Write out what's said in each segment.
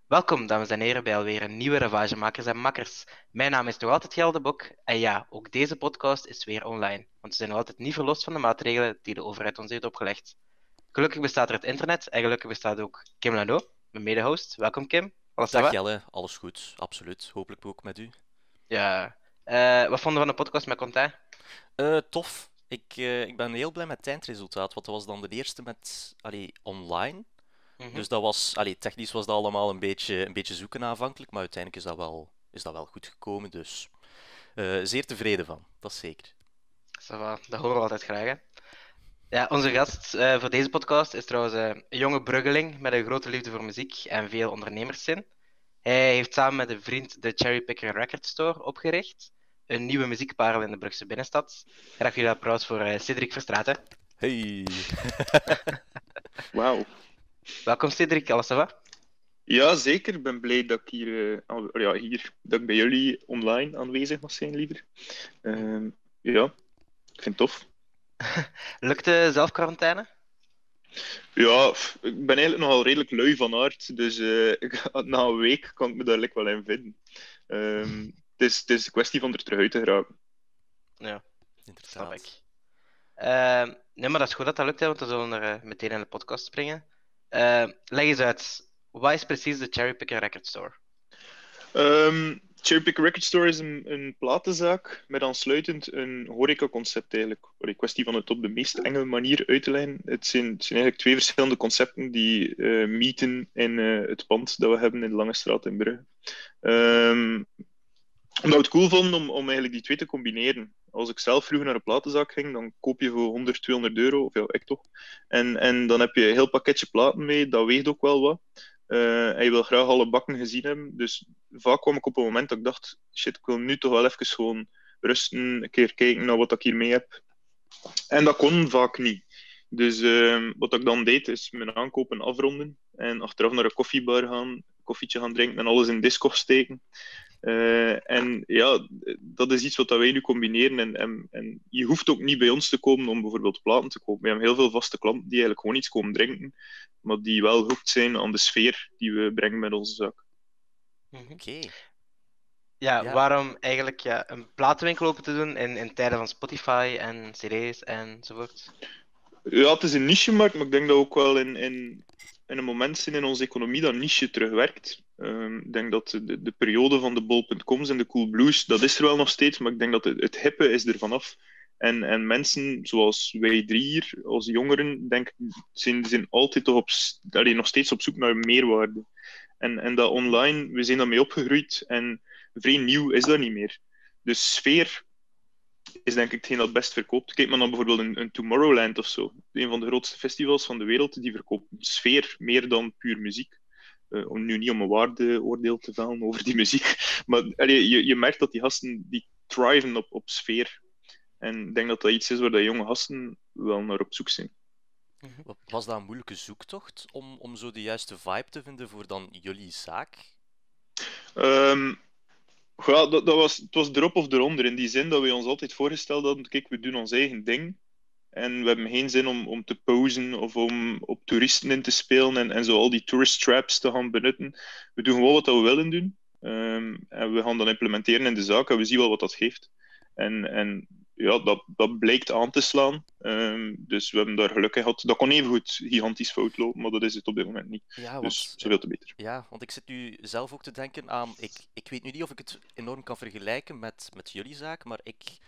Welkom, dames en heren, bij alweer een nieuwe Ravagemakers en Makkers. Mijn naam is nog altijd Geldebok en ja, ook deze podcast is weer online, want we zijn nog altijd niet verlost van de maatregelen die de overheid ons heeft opgelegd. Gelukkig bestaat er het internet en gelukkig bestaat ook Kim Lano, mijn mede-host. Welkom Kim, alles ça Dag va? Jelle, alles goed, absoluut. Hopelijk ook met u. Ja, wat vonden we van de podcast met Quentin? Tof. Ik ben heel blij met het eindresultaat, want dat was dan de eerste met online. Mhm. Dus dat was, technisch was dat allemaal een beetje zoeken aanvankelijk, maar uiteindelijk is dat wel goed gekomen. Dus zeer tevreden van, dat is zeker. Ça va, dat horen we altijd graag, hè? Ja, onze gast voor deze podcast is trouwens een jonge bruggeling met een grote liefde voor muziek en veel ondernemerszin. Hij heeft samen met een vriend de Cherry Picker Record Store opgericht, een nieuwe muziekparel in de Brugse binnenstad. Graag jullie applaus voor Cedric Verstraeten. Hey! Wauw. Welkom Cedric, alles ça va? Ja, zeker. Ik ben blij dat ik dat ik bij jullie online aanwezig mag zijn, liever. Ja, ik vind het tof. Lukt de zelfquarantaine? Ja, ik ben eigenlijk nogal redelijk lui van aard, dus na een week kan ik me daar lekker wel in vinden. Het is een kwestie van er terug uit te geraken. Ja, snap ik. Inderdaad. Nee, maar dat is goed dat dat lukt, hè, want we zullen er meteen in de podcast springen. Leg eens uit, wat is precies de Cherry Picker Record Store? Cherry Pick Record Store is een platenzaak met aansluitend een horecaconcept eigenlijk. Een kwestie van het op de meest enge manier uit te leggen. Het zijn eigenlijk twee verschillende concepten die meeten in het pand dat we hebben in de Lange Straat in Brugge. Omdat we het cool vonden om eigenlijk die twee te combineren. Als ik zelf vroeger naar een platenzaak ging, dan koop je voor 100, 200 euro, of ja, ik toch. En dan heb je een heel pakketje platen mee, dat weegt ook wel wat. En je wil graag alle bakken gezien hebben. Dus vaak kwam ik op een moment dat ik dacht, shit, ik wil nu toch wel even gewoon rusten, een keer kijken naar wat ik hiermee heb. En dat kon vaak niet. Dus wat ik dan deed, is mijn aankopen afronden en achteraf naar een koffiebar gaan, een koffietje gaan drinken en alles in Discord steken. En ja, dat is iets wat wij nu combineren. En je hoeft ook niet bij ons te komen om bijvoorbeeld platen te kopen. We hebben heel veel vaste klanten die eigenlijk gewoon iets komen drinken, maar die wel hoekt zijn aan de sfeer die we brengen met onze zaak. Oké. Ja, Ja, waarom eigenlijk een platenwinkel open te doen in tijden van Spotify en CD's enzovoort? Ja, het is een niche-markt, maar ik denk dat ook wel in een moment zijn in onze economie dat niche terugwerkt. Ik denk dat de periode van de bol.coms en de Coolblues, dat is er wel nog steeds, maar ik denk dat het hippe is er vanaf. En mensen zoals wij drie hier, als jongeren, denk ik, zijn altijd toch nog steeds op zoek naar meerwaarde. En dat online, we zijn daarmee opgegroeid en vrij nieuw is dat niet meer. De sfeer is denk ik hetgeen dat het best verkoopt. Kijk maar naar bijvoorbeeld een Tomorrowland of zo. Een van de grootste festivals van de wereld, die verkoopt sfeer meer dan puur muziek. Om nu niet om een waardeoordeel te vellen over die muziek. Maar je merkt dat die gasten die thriven op sfeer. En ik denk dat dat iets is waar de jonge gasten wel naar op zoek zijn. was dat een moeilijke zoektocht om zo de juiste vibe te vinden voor dan jullie zaak? Ehm, ja, het was erop of eronder. In die zin dat we ons altijd voorgesteld hadden, kijk, we doen ons eigen ding. En we hebben geen zin om te posen of om op toeristen in te spelen en zo al die tourist traps te gaan benutten. We doen gewoon wat we willen doen. En we gaan dat implementeren in de zaak en we zien wel wat dat geeft. En ja, dat blijkt aan te slaan. Dus we hebben daar geluk in gehad. Dat kon evengoed gigantisch fout lopen, maar dat is het op dit moment niet. Ja, Dus want zoveel te beter. Ja, want ik zit nu zelf ook te denken aan. Ik weet nu niet of ik het enorm kan vergelijken met jullie zaak, maar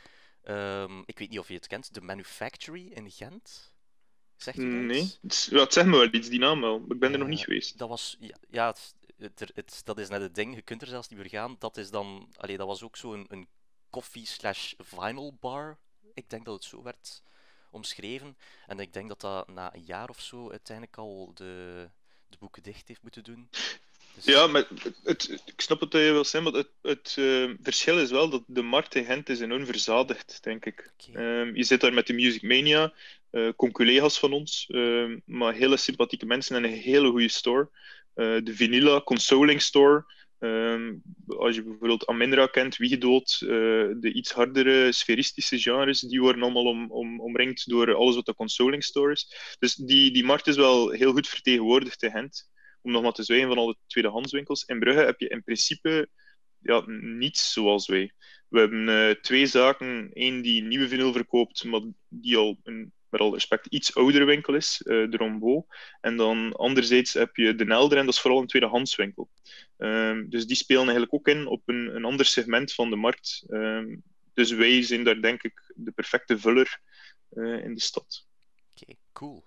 ik weet niet of je het kent. De Manufactory in Gent. Zegt u dat Nee, iets? het zegt me wel iets, die naam wel. Maar ik ben er nog niet Eh, geweest. dat was. Ja, dat is net het ding. Je kunt er zelfs niet meer gaan. Dat is dan. Allee, dat was ook zo'n coffee/vinyl bar. Ik denk dat het zo werd omschreven. En ik denk dat dat na een jaar of zo uiteindelijk al de boeken dicht heeft moeten doen. Dus Ja, maar ik snap wat je wil zeggen, maar het verschil is wel dat de markt in Gent is enorm verzadigd, denk ik. oké. Je zit daar met de Music Mania, conculega's van ons, maar hele sympathieke mensen en een hele goede store. De Vinila Consoling Store. Als je bijvoorbeeld Aminra kent, Wiegedood, de iets hardere sferistische genres, die worden allemaal omringd door alles wat de Consoling Store is. Dus die markt is wel heel goed vertegenwoordigd in Gent om nog maar te zwijgen van al de tweedehandswinkels. In Brugge heb je in principe niets zoals wij. We hebben 2 zaken. Eén die nieuwe vinyl verkoopt, maar die al met al respect iets oudere winkel is, de Rombo. En dan anderzijds heb je de Nelder, en dat is vooral een tweedehandswinkel. Dus die spelen eigenlijk ook in op een ander segment van de markt. Dus wij zijn daar denk ik de perfecte vuller in de stad. Oké, cool.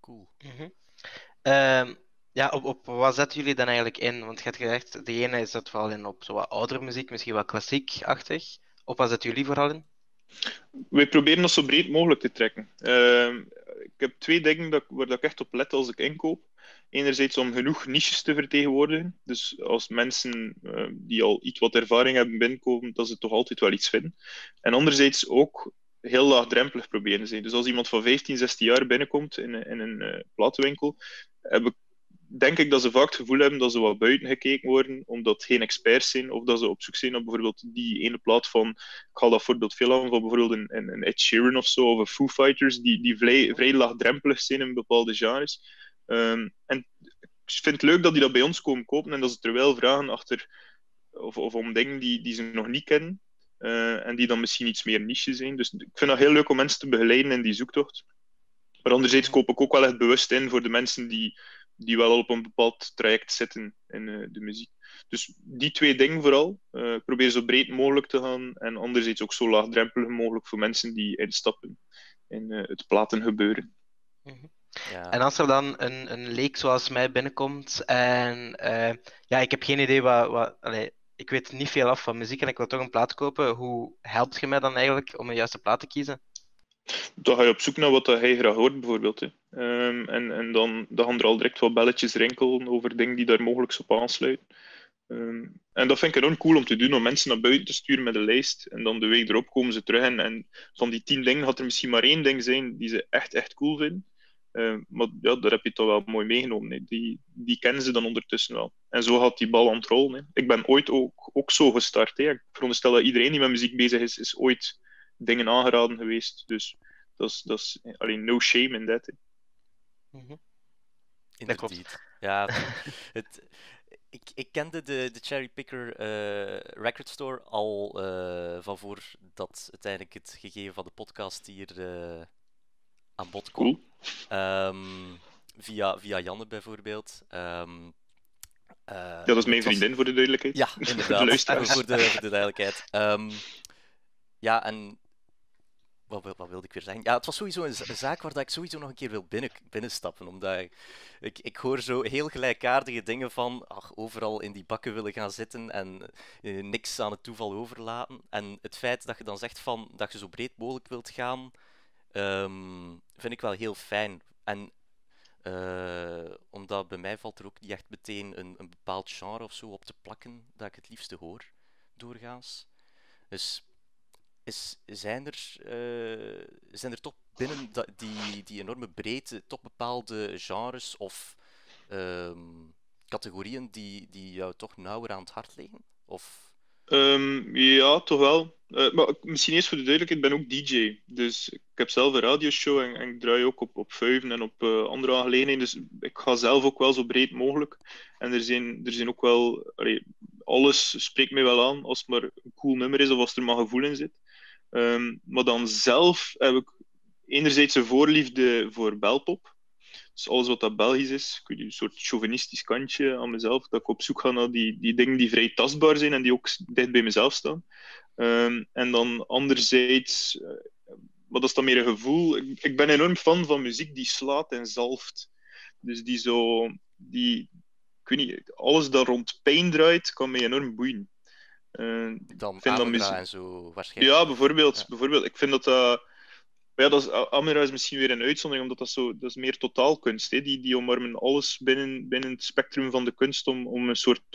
Ja, op wat zetten jullie dan eigenlijk in? Want je hebt gezegd, de ene is dat vooral in op zo wat oudere muziek, misschien wat klassiek-achtig. Op wat zetten jullie vooral in? Wij proberen dat zo breed mogelijk te trekken. Ik heb 2 dingen waar ik echt op let als ik inkoop. Enerzijds om genoeg niches te vertegenwoordigen. Dus als mensen die al iets wat ervaring hebben binnenkomen, dat ze toch altijd wel iets vinden. En anderzijds ook heel laagdrempelig proberen zijn. Dus als iemand van 15, 16 jaar binnenkomt in een platenwinkel, denk ik dat ze vaak het gevoel hebben dat ze wat buiten gekeken worden, omdat het geen experts zijn, of dat ze op zoek zijn naar bijvoorbeeld die ene plaat van, ik haal dat voorbeeld veel aan, van bijvoorbeeld een Ed Sheeran of zo, of een Foo Fighters, die vrij laagdrempelig zijn in bepaalde genres. En ik vind het leuk dat die dat bij ons komen kopen en dat ze er wel vragen achter, of om dingen die ze nog niet kennen, en die dan misschien iets meer niche zijn. Dus ik vind dat heel leuk om mensen te begeleiden in die zoektocht. Maar anderzijds koop ik ook wel echt bewust in voor de mensen die wel al op een bepaald traject zitten in de muziek. Dus die 2 dingen vooral. Ik probeer zo breed mogelijk te gaan en anderzijds ook zo laagdrempelig mogelijk voor mensen die instappen in het platengebeuren. Ja. En als er dan een leek zoals mij binnenkomt en ik heb geen idee ik weet niet veel af van muziek en ik wil toch een plaat kopen, hoe helpt je mij dan eigenlijk om een juiste plaat te kiezen? Dan ga je op zoek naar wat hij graag hoort, bijvoorbeeld. Hè. En dan gaan er al direct wat belletjes rinkelen over dingen die daar mogelijk op aansluiten. En dat vind ik enorm cool om te doen, om mensen naar buiten te sturen met een lijst. En dan de week erop komen ze terug. En van die 10 dingen gaat er misschien maar 1 ding zijn die ze echt cool vinden. Maar ja, daar heb je toch wel mooi meegenomen. Hè. Die kennen ze dan ondertussen wel. En zo gaat die bal aan het rollen. Hè. Ik ben ooit ook zo gestart. Hè. Ik veronderstel dat iedereen die met muziek bezig is ooit dingen aangeraden geweest. Dus dat is alleen no shame in that. Inderdaad. Ja, ik kende de Cherry Picker Record Store al van voordat uiteindelijk het gegeven van de podcast hier aan bod kwam. Cool. Via Janne bijvoorbeeld. Dat is mijn vriendin, voor de duidelijkheid. Ja, inderdaad. voor de duidelijkheid. Ja, en wat wilde ik weer zeggen? Ja, het was sowieso een zaak waar dat ik sowieso nog een keer wil binnenstappen. Omdat ik hoor zo heel gelijkaardige dingen van overal in die bakken willen gaan zitten en niks aan het toeval overlaten. En het feit dat je dan zegt van dat je zo breed mogelijk wilt gaan, vind ik wel heel fijn. En omdat bij mij valt er ook niet echt meteen een bepaald genre of zo op te plakken dat ik het liefste hoor, doorgaans. Dus zijn er toch binnen die enorme breedte toch bepaalde genres of categorieën die jou toch nauwer aan het hart liggen? Of... Ja, toch wel. Maar misschien eerst voor de duidelijkheid, ik ben ook DJ. Dus ik heb zelf een radioshow en ik draai ook op Vuiven en op andere aangelegenheden. Dus ik ga zelf ook wel zo breed mogelijk. En er zijn ook wel... alles spreekt mij wel aan als het maar een cool nummer is of als er maar gevoel in zit. Maar dan zelf heb ik enerzijds een voorliefde voor belpop. Dus alles wat dat Belgisch is, ik weet niet, een soort chauvinistisch kantje aan mezelf, dat ik op zoek ga naar die dingen die vrij tastbaar zijn en die ook dicht bij mezelf staan. En dan anderzijds, maar dat is dan meer een gevoel, ik ben enorm fan van muziek die slaat en zalft. Dus ik weet niet, alles dat rond pijn draait, kan mij enorm boeien. Dan vind Amra muziek... en zo, waarschijnlijk. Ja, bijvoorbeeld. Ik vind dat... Amira is misschien weer een uitzondering, omdat dat is meer totaalkunst. Hè. Die omarmen alles binnen het spectrum van de kunst om een soort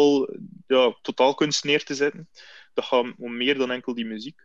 totaalkunst neer te zetten. Dat gaat om meer dan enkel die muziek.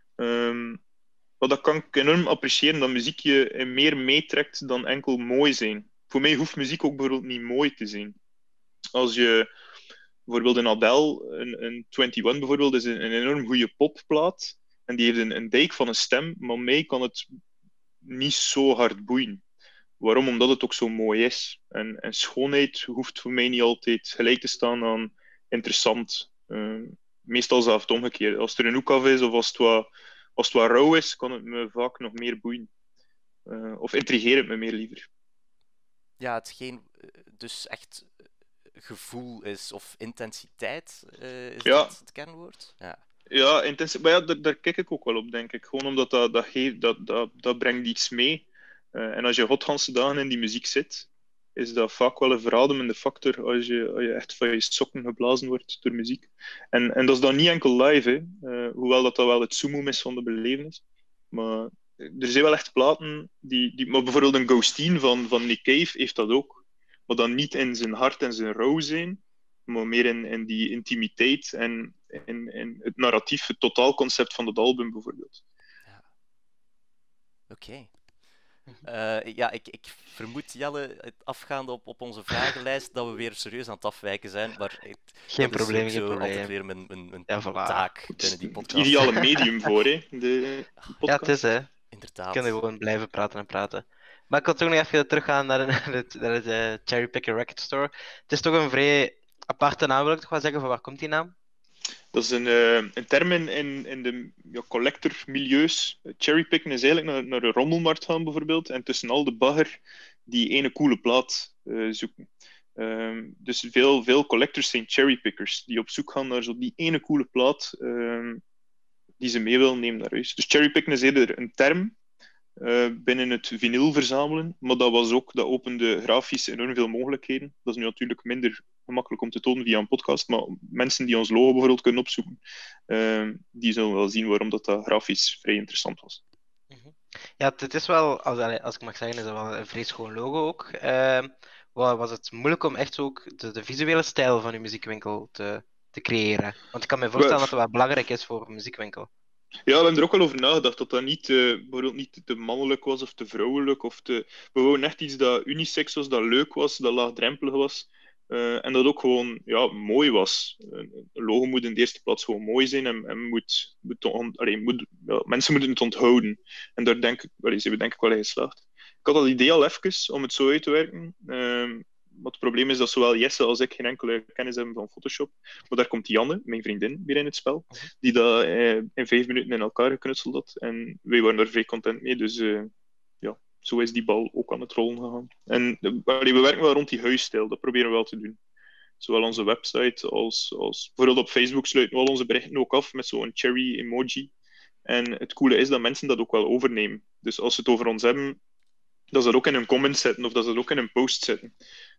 Maar dat kan ik enorm appreciëren, dat muziek je meer meetrekt dan enkel mooi zijn. Voor mij hoeft muziek ook bijvoorbeeld niet mooi te zijn. Als je bijvoorbeeld een Adele, een 21 bijvoorbeeld, is een enorm goede popplaat. En die heeft een dijk van een stem, maar mij kan het niet zo hard boeien. Waarom? Omdat het ook zo mooi is. En schoonheid hoeft voor mij niet altijd gelijk te staan aan interessant. Meestal zelfs het omgekeerde. Als er een hoek af is of als het wat rauw is, kan het me vaak nog meer boeien. Of intrigeert het me meer liever. Ja, hetgeen dus echt gevoel is, of intensiteit, is Ja. dat het kernwoord? Ja. Ja, intensief. Maar ja, daar kijk ik ook wel op, denk ik. Gewoon omdat dat brengt iets mee. En als je godganse dagen in die muziek zit, is dat vaak wel een verademende factor als je echt van je sokken geblazen wordt door muziek. En dat is dan niet enkel live, hè. Hoewel dat wel het zoomum is van de belevenis. Maar er zijn wel echt platen maar bijvoorbeeld een Ghosteen van Nick Cave heeft dat ook. Maar dan niet in zijn hart en zijn rouw zijn, maar meer in die intimiteit en in het narratief, het totaalconcept van het album bijvoorbeeld. Oké. Ja, ik vermoed, Jelle, afgaande op onze vragenlijst, dat we weer serieus aan het afwijken zijn. Maar Geen dat probleem, is geen ook zo probleem. altijd weer mijn Ja, voilà. taak binnen die Het podcast. ideale medium voor, hè, de Ja, podcast. het is, hè. Inderdaad. We kunnen gewoon blijven praten en praten. Maar ik wil toch nog even teruggaan naar de Cherry Picker Record Store. Het is toch een vrij aparte naam, wil ik toch wel zeggen. Van waar komt die naam? Dat is een term in de collector-milieus. Cherrypicken is eigenlijk naar een rommelmarkt gaan, bijvoorbeeld. En tussen al de bagger die ene coole plaat zoeken. Dus veel collectors zijn cherrypickers. Die op zoek gaan naar zo die ene coole plaat die ze mee willen nemen naar huis. Dus cherrypicken is eerder een term binnen het vinyl verzamelen. Maar dat opende grafisch enorm veel mogelijkheden. Dat is nu natuurlijk minder gemakkelijk om te tonen via een podcast, maar mensen die ons logo bijvoorbeeld kunnen opzoeken, die zullen wel zien waarom dat grafisch vrij interessant was. Ja, het is wel, als ik mag zeggen, is dat wel een vrij schoon logo ook. Was het moeilijk om echt ook de visuele stijl van uw muziekwinkel te creëren? Want ik kan me voorstellen dat het wel belangrijk is voor een muziekwinkel. Ja, we hebben er ook al over nagedacht dat dat niet, bijvoorbeeld niet te mannelijk was of te vrouwelijk. We wouden echt iets dat unisex was, dat leuk was, dat laagdrempelig was. En dat ook gewoon mooi was. Een logo moet in de eerste plaats gewoon mooi zijn en mensen moeten het onthouden. En daar zijn we denk ik wel in geslaagd. Ik had dat idee al even om het zo uit te werken. Maar het probleem is dat zowel Jesse als ik geen enkele kennis hebben van Photoshop. Maar daar komt Janne, mijn vriendin, weer in het spel. Die dat in 5 minuten in elkaar geknutseld had. En wij waren daar vrij content mee. Dus zo is die bal ook aan het rollen gegaan. En we werken wel rond die huisstijl. Dat proberen we wel te doen. Zowel onze website als bijvoorbeeld op Facebook sluiten we al onze berichten ook af met zo'n cherry emoji. En het coole is dat mensen dat ook wel overnemen. Dus als ze het over ons hebben, dat ze dat ook in een comment zetten of dat ze dat ook in een post zetten.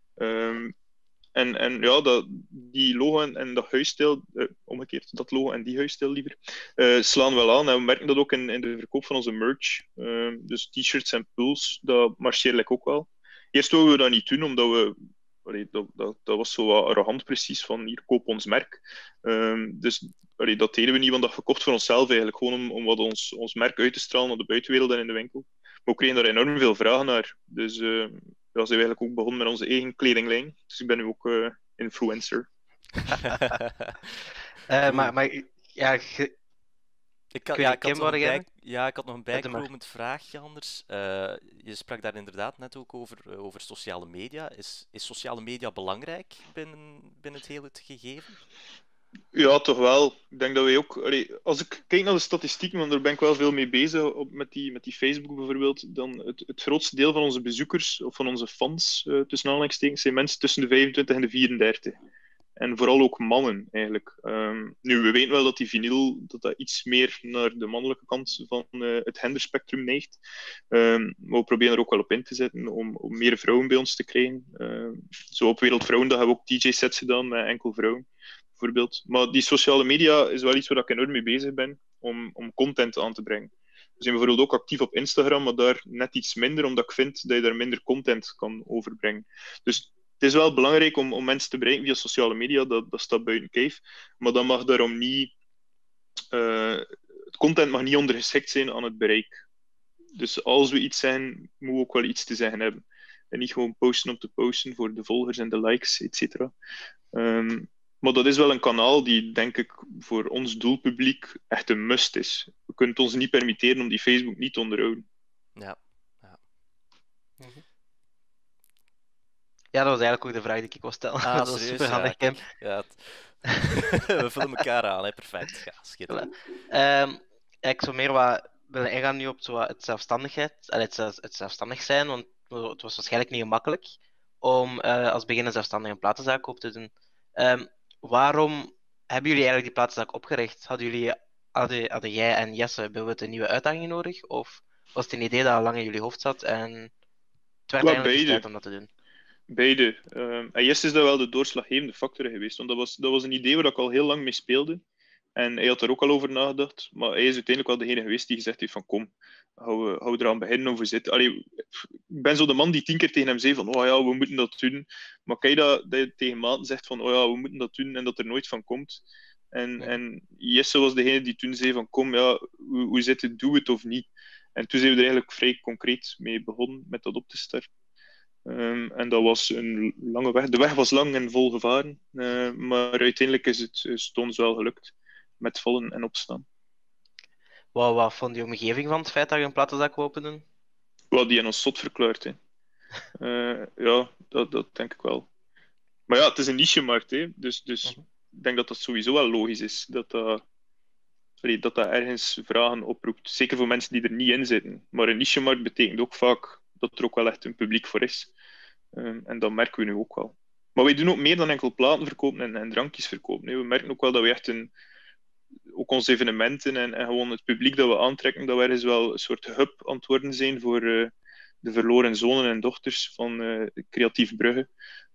Die logo en dat huisstijl, omgekeerd, dat logo en die huisstijl liever, slaan wel aan. En we merken dat ook in de verkoop van onze merch. Dus t-shirts en pulls, dat marcheert ook wel. Eerst wilden we dat niet doen, omdat we... Dat was zo wat arrogant precies, van hier, koop ons merk. Dus dat deden we niet, want dat verkocht voor onszelf eigenlijk. Gewoon om wat ons merk uit te stralen naar de buitenwereld en in de winkel. Maar we kregen daar enorm veel vragen naar. Dus zijn we eigenlijk ook begonnen met onze eigen kledinglijn. Dus ik ben nu ook influencer. Maar ja, Ik had nog een bijkomend vraagje anders. Je sprak daar inderdaad net ook over sociale media. Is sociale media belangrijk binnen het hele gegeven? Ja, toch wel. Ik denk dat wij ook... als ik kijk naar de statistieken, want daar ben ik wel veel mee bezig, met die Facebook bijvoorbeeld, dan het grootste deel van onze bezoekers, of van onze fans, tussen aanhalingstekens, zijn mensen tussen de 25 en de 34. En vooral ook mannen, eigenlijk. Nu, we weten wel dat die vinyl dat iets meer naar de mannelijke kant van het genderspectrum neigt. Maar we proberen er ook wel op in te zetten om meer vrouwen bij ons te krijgen. Zo op Wereldvrouwendag hebben we ook DJ-sets gedaan met enkel vrouwen, bijvoorbeeld. Maar die sociale media is wel iets waar ik enorm mee bezig ben, om content aan te brengen. We zijn bijvoorbeeld ook actief op Instagram, maar daar net iets minder, omdat ik vind dat je daar minder content kan overbrengen. Dus het is wel belangrijk om mensen te bereiken via sociale media, dat staat buiten kijf. Maar dat mag daarom niet... het content mag niet ondergeschikt zijn aan het bereik. Dus als we iets zeggen, moeten we ook wel iets te zeggen hebben. En niet gewoon posten om te posten voor de volgers en de likes, et cetera. Maar dat is wel een kanaal die, denk ik, voor ons doelpubliek echt een must is. We kunnen het ons niet permitteren om die Facebook niet te onderhouden. Ja. Ja, dat was eigenlijk ook de vraag die ik wou stellen. Ah, Dat was serieus? super handig, Kim. Kijk, ja, we vullen elkaar aan, hè. Perfect. Ja, schitterend. Ik zou meer wat willen ingaan nu op zo wat het zelfstandigheid, het zelfstandig zijn, want het was waarschijnlijk niet gemakkelijk om als beginner zelfstandig een platenzaak op te doen. Waarom hebben jullie eigenlijk die platenzaak opgericht? Hadden jij en Jesse bijvoorbeeld een nieuwe uitdaging nodig? Of was het een idee dat al lang in jullie hoofd zat en het werd Wat eigenlijk eens beide. tijd om dat te doen? Beide. En Jess is daar wel de doorslaggevende factor geweest. Want dat was een idee waar ik al heel lang mee speelde. En hij had er ook al over nagedacht. Maar hij is uiteindelijk wel degene geweest die gezegd heeft van kom, hou we eraan beginnen of we zitten. Allee, ik ben zo de man die 10 keer tegen hem zei van oh ja, we moeten dat doen. Maar kijk dat je tegen maten zegt van oh ja, we moeten dat doen en dat er nooit van komt. En Jesse was degene die toen zei van kom, ja, hoe zit het, doe het of niet. En toen zijn we er eigenlijk vrij concreet mee begonnen met dat op te starten. En dat was een lange weg. De weg was lang en vol gevaren. Maar uiteindelijk is het ons wel gelukt. Met vallen en opstaan. Wat vond die omgeving van het feit dat je een platenzaak wou open doen? Wat die in ons zot verklaart. Hè. Ja, dat denk ik wel. Maar ja, het is een niche-markt. Hè. Dus ik denk dat dat sowieso wel logisch is. Dat ergens vragen oproept. Zeker voor mensen die er niet in zitten. Maar een niche-markt betekent ook vaak dat er ook wel echt een publiek voor is. En dat merken we nu ook wel. Maar wij doen ook meer dan enkel platen verkopen en drankjes verkopen. Hè. We merken ook wel dat we echt ook onze evenementen en gewoon het publiek dat we aantrekken, dat we ergens wel een soort hub aan het worden zijn voor de verloren zonen en dochters van Creatief Brugge.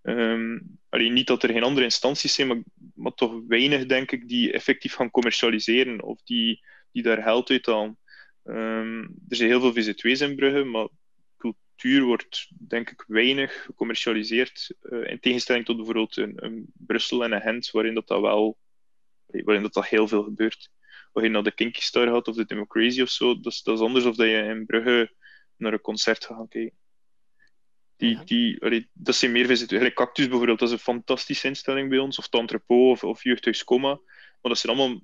Niet dat er geen andere instanties zijn, maar toch weinig, denk ik, die effectief gaan commercialiseren of die daar geld uit halen. Er zijn heel veel VZW's in Brugge, maar cultuur wordt, denk ik, weinig gecommercialiseerd. In tegenstelling tot bijvoorbeeld een Brussel en een Gent, waarin dat heel veel gebeurt. Of je naar de Kinky Star gaat of de Democracy of zo, dat is anders of dat je in Brugge naar een concert gaat gaan kijken. Dat zijn meer visiteurs. Cactus bijvoorbeeld, dat is een fantastische instelling bij ons. Of het Entrepot of Jeugdhuis Comma. Maar dat zijn allemaal...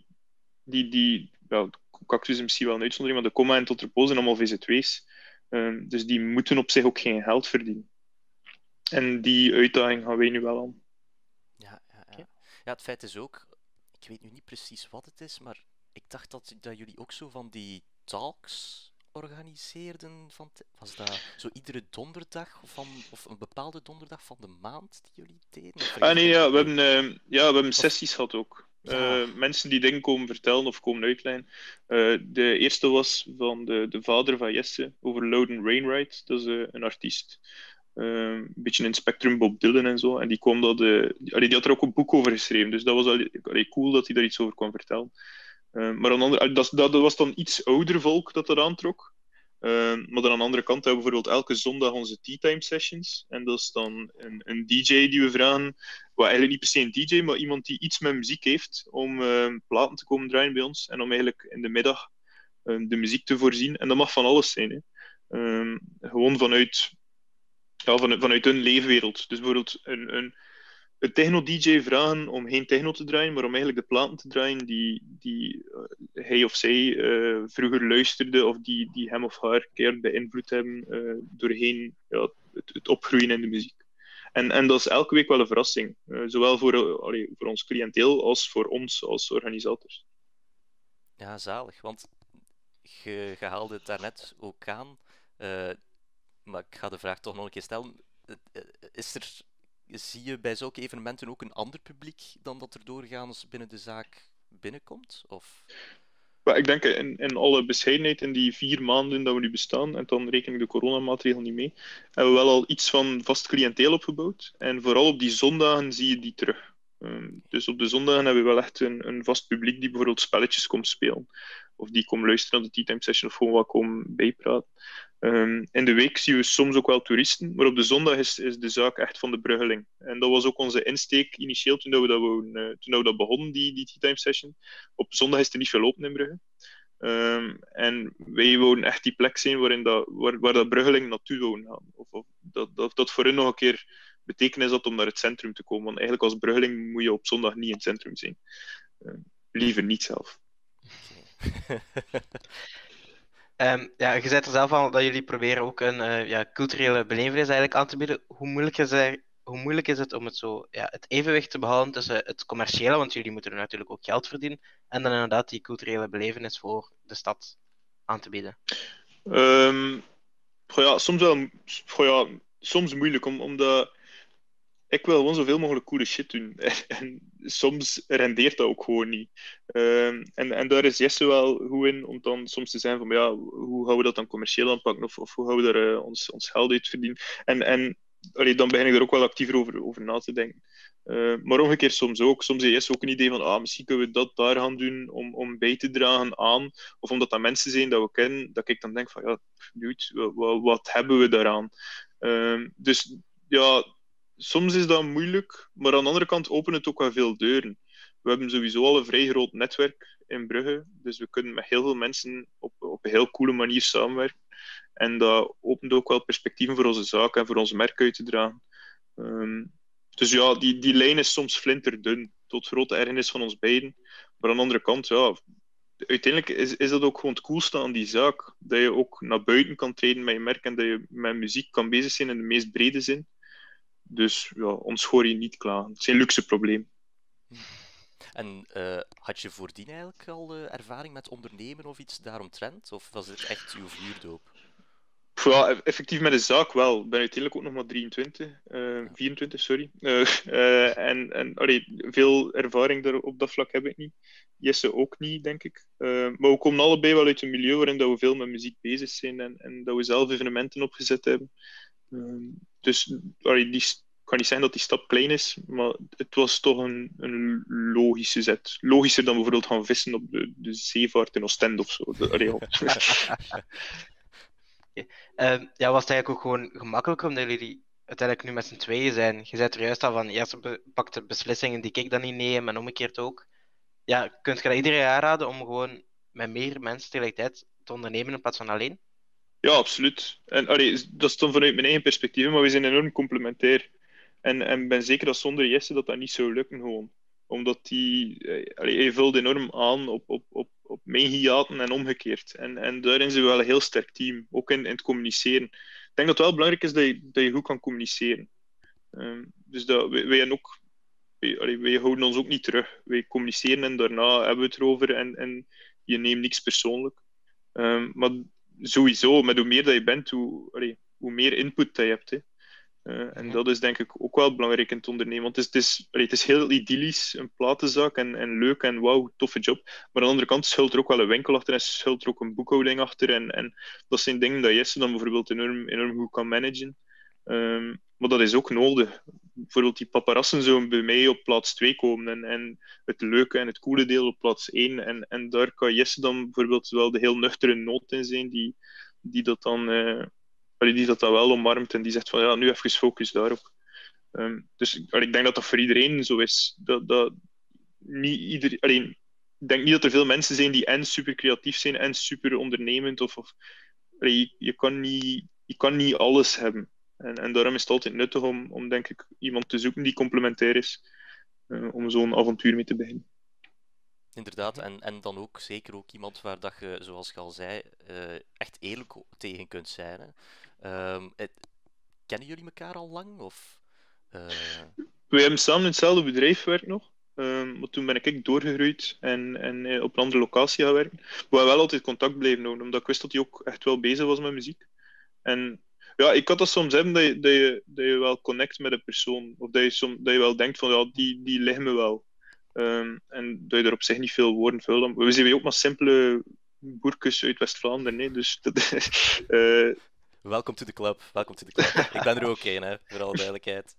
Cactus is misschien wel een uitzondering, maar de Comma en het Entrepot zijn allemaal VZW's. Dus die moeten op zich ook geen geld verdienen. En die uitdaging gaan wij nu wel aan. Ja, het feit is ook... Ik weet nu niet precies wat het is, maar ik dacht dat jullie ook zo van die talks organiseerden. Was dat zo iedere donderdag of een bepaalde donderdag van de maand die jullie deden? Nee, we hebben sessies gehad ook. Ja. Mensen die dingen komen vertellen of komen uitleggen. De eerste was van de vader van Jesse over Loudon Wainwright. Dat is een artiest. Een beetje in het spectrum Bob Dylan en zo. En die had er ook een boek over geschreven. Dus dat was cool dat hij daar iets over kwam vertellen. Maar dat was dan iets ouder volk dat aantrok. Maar dan aan de andere kant hebben we bijvoorbeeld elke zondag onze tea time sessions. En dat is dan een DJ die we vragen. Wat eigenlijk niet per se een DJ, maar iemand die iets met muziek heeft. Om platen te komen draaien bij ons. En om eigenlijk in de middag de muziek te voorzien. En dat mag van alles zijn. Hè. Gewoon vanuit hun leefwereld. Dus bijvoorbeeld een techno-dj vragen om geen techno te draaien, maar om eigenlijk de platen te draaien die hij of zij vroeger luisterde of die hem of haar keer beïnvloed hebben doorheen het opgroeien in de muziek. En dat is elke week wel een verrassing. Zowel voor ons cliënteel als voor ons als organisators. Ja, zalig. Want je haalde het daarnet ook aan. Maar ik ga de vraag toch nog een keer stellen. Zie je bij zulke evenementen ook een ander publiek dan dat er doorgaans binnen de zaak binnenkomt? Of... Maar ik denk in alle bescheidenheid, in die 4 maanden dat we nu bestaan, en dan reken ik de coronamaatregelen niet mee, hebben we wel al iets van vast cliënteel opgebouwd. En vooral op die zondagen zie je die terug. Dus op de zondagen hebben we wel echt een vast publiek die bijvoorbeeld spelletjes komt spelen. Of die komt luisteren naar de Tea Time Session of gewoon wat komen bijpraten. In de week zien we soms ook wel toeristen, maar op de zondag is de zaak echt van de Bruggeling. En dat was ook onze insteek initieel toen we dat begonnen, die Tea Time Session. Op zondag is er niet veel open in Brugge. En wij wouden echt die plek zijn waar dat Bruggeling naartoe wouden gaan. Of dat voor hun nog een keer betekenis had om naar het centrum te komen. Want eigenlijk als Bruggeling moet je op zondag niet in het centrum zijn. Liever niet zelf. Okay. Ja, je zei er zelf al dat jullie proberen ook een culturele belevenis eigenlijk aan te bieden. Hoe moeilijk is het om het evenwicht te behouden tussen het commerciële, want jullie moeten er natuurlijk ook geld verdienen, en dan inderdaad die culturele belevenis voor de stad aan te bieden? Ehm, goh ja, soms wel, goh ja, soms moeilijk, omdat ik wil gewoon zoveel mogelijk coole shit doen. En soms rendeert dat ook gewoon niet. En daar is Jesse wel goed in, om dan soms te zijn van, ja, hoe gaan we dat dan commercieel aanpakken? Of hoe gaan we daar ons geld uit verdienen? En allee, dan begin ik er ook wel actiever over na te denken. Maar omgekeerd soms ook. Soms heeft Jesse ook een idee van, misschien kunnen we dat daar gaan doen om bij te dragen aan. Of omdat dat mensen zijn dat we kennen, dat ik dan denk van, ja, dude, wat hebben we daaraan? Dus ja, soms is dat moeilijk, maar aan de andere kant opent het ook wel veel deuren. We hebben sowieso al een vrij groot netwerk in Brugge, dus we kunnen met heel veel mensen op een heel coole manier samenwerken. En dat opent ook wel perspectieven voor onze zaak en voor onze merk uit te dragen. Dus ja, die lijn is soms flinterdun, tot grote ergernis van ons beiden. Maar aan de andere kant, ja, uiteindelijk is dat ook gewoon het coolste aan die zaak. Dat je ook naar buiten kan treden met je merk en dat je met muziek kan bezig zijn in de meest brede zin. Dus ja, ons hoor je niet klagen. Het is een luxe probleem. En had je voordien eigenlijk al ervaring met ondernemen of iets daaromtrent? Of was het echt uw vuurdoop? Ja, effectief met de zaak wel. Ik ben uiteindelijk ook nog maar 24, sorry. En allee, veel ervaring daar op dat vlak heb ik niet. Jesse ook niet, denk ik. Maar we komen allebei wel uit een milieu waarin dat we veel met muziek bezig zijn en dat we zelf evenementen opgezet hebben. Dus allee, ik kan niet zeggen dat die stap klein is, maar het was toch een logische zet. Logischer dan bijvoorbeeld gaan vissen op de zeevaart in Oostende of zo. Allee, Ja, was het eigenlijk ook gewoon gemakkelijker omdat jullie uiteindelijk nu met z'n tweeën zijn? Je zei er juist al van, eerst pak de beslissingen die ik dan niet neem en omgekeerd ook. Ja, kunt je dat iedereen aanraden om gewoon met meer mensen tegelijkertijd te ondernemen in plaats van alleen? Ja, absoluut. En allee, dat is dan vanuit mijn eigen perspectief, maar we zijn enorm complementair. En ben zeker dat zonder Jesse dat niet zou lukken gewoon. Omdat hij vult enorm aan op mijn hiaten en omgekeerd. En daarin zijn we wel een heel sterk team, ook in het communiceren. Ik denk dat het wel belangrijk is dat je goed kan communiceren. Dus dat, wij hebben ook, wij houden ons ook niet terug. Wij communiceren en daarna hebben we het erover en je neemt niks persoonlijk. Maar sowieso, met hoe meer dat je bent, hoe meer input dat je hebt. Hè. En dat is denk ik ook wel belangrijk in het ondernemen. Want het is heel idyllisch, een platenzaak en leuk en wauw, toffe job. Maar aan de andere kant schuilt er ook wel een winkel achter en schuilt er ook een boekhouding achter. En dat zijn dingen dat Jesse dan bijvoorbeeld enorm goed kan managen. Maar dat is ook nodig. Bijvoorbeeld die paparazzen zouden bij mij op plaats 2 komen en het leuke en het coole deel op plaats 1. En daar kan Jesse dan bijvoorbeeld wel de heel nuchtere noot in zijn die dat dan, die dat dan wel omarmt en die zegt van ja, nu even focus daarop. Dus ik denk dat dat voor iedereen zo is. Dat niet iedereen, ik denk niet dat er veel mensen zijn die en super creatief zijn en super ondernemend. Je kan niet alles hebben. En daarom is het altijd nuttig om denk ik, iemand te zoeken die complementair is. Om zo'n avontuur mee te beginnen. Inderdaad, en dan ook zeker ook iemand waar dat je, zoals je al zei, echt eerlijk tegen kunt zijn. Hè. Kennen jullie elkaar al lang? Of, We hebben samen in hetzelfde bedrijf gewerkt nog. Maar toen ben ik doorgegroeid en op een andere locatie gaan werken. Maar we hebben wel altijd contact blijven houden, omdat ik wist dat hij ook echt wel bezig was met muziek. En ja, ik had dat soms hebben dat je wel connect met een persoon. Of dat je wel denkt van ja, die liggen me wel. En dat je er op zich niet veel woorden vult aan. We zijn ook maar simpele boerkes uit West-Vlaanderen. Hè, dus Welcome to the club. Welcome to the club. Ik ben er ook een, hè, voor alle duidelijkheid.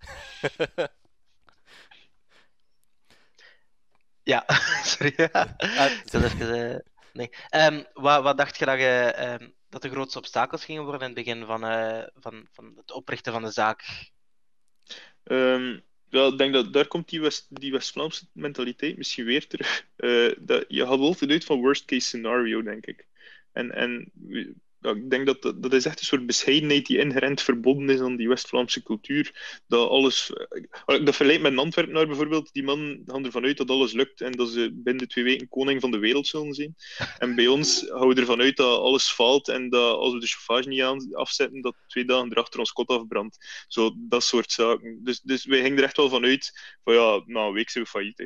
Ja, sorry. Dat is even, nee. Wat dacht je dat de grootste obstakels gingen worden in het begin van het oprichten van de zaak? Ja, ik denk dat daar komt die West-Vlaamse mentaliteit misschien weer terug. Dat, je gaat altijd uit van worst case scenario, denk ik. En ja, ik denk dat is echt een soort bescheidenheid die inherent verbonden is aan die West-Vlaamse cultuur. Dat alles... Dat vergelijkt met een Antwerpenaar bijvoorbeeld. Die man gaan ervan uit dat alles lukt en dat ze binnen 2 weken koning van de wereld zullen zijn. En bij ons houden we ervan uit dat alles faalt en dat als we de chauffage niet afzetten, dat 2 dagen erachter ons kot afbrandt. Zo, dat soort zaken. Dus wij gingen er echt wel van uit van ja, na een week zijn we failliet.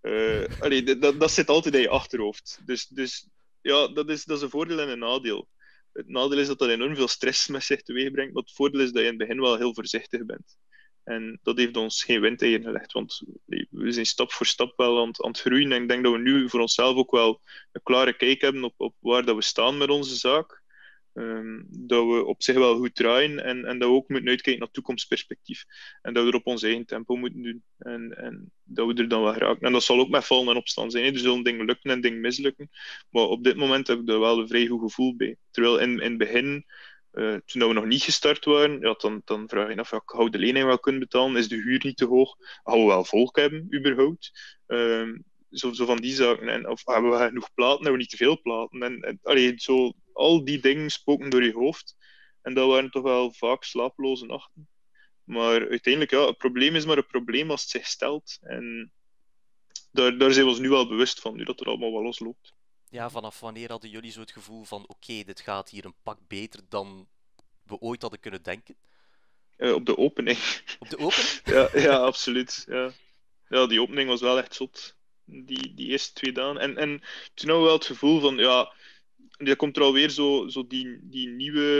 Dat zit altijd in je achterhoofd. Dus ja, dat is een voordeel en een nadeel. Het nadeel is dat dat enorm veel stress met zich teweeg brengt, maar het voordeel is dat je in het begin wel heel voorzichtig bent. En dat heeft ons geen windeieren gelegd, want we zijn stap voor stap wel aan het groeien. En ik denk dat we nu voor onszelf ook wel een klare kijk hebben op waar dat we staan met onze zaak. Dat we op zich wel goed draaien en dat we ook moeten uitkijken naar toekomstperspectief. En dat we er op ons eigen tempo moeten doen. En dat we er dan wel geraken. En dat zal ook met vallen en opstaan zijn. Er zullen dingen lukken en dingen mislukken. Maar op dit moment heb ik er wel een vrij goed gevoel bij. Terwijl in het begin, toen we nog niet gestart waren, ja, dan vraag je je af, ja, hou de lening wel kunnen betalen? Is de huur niet te hoog? Gaan we wel volk hebben, überhaupt? Zo van die zaken. Of hebben we genoeg platen? Hebben we niet te veel platen? Zo, al die dingen spoken door je hoofd. En dat waren toch wel vaak slapeloze nachten. Maar uiteindelijk, ja, het probleem is maar een probleem als het zich stelt. En daar zijn we ons nu wel bewust van, nu dat het allemaal wel losloopt. Ja, vanaf wanneer hadden jullie zo het gevoel van oké, dit gaat hier een pak beter dan we ooit hadden kunnen denken? Op de opening. Op de opening? Ja, absoluut. Ja, die opening was wel echt zot. Die eerste 2 dagen. En toen hadden we wel het gevoel van, ja, er komt er alweer zo die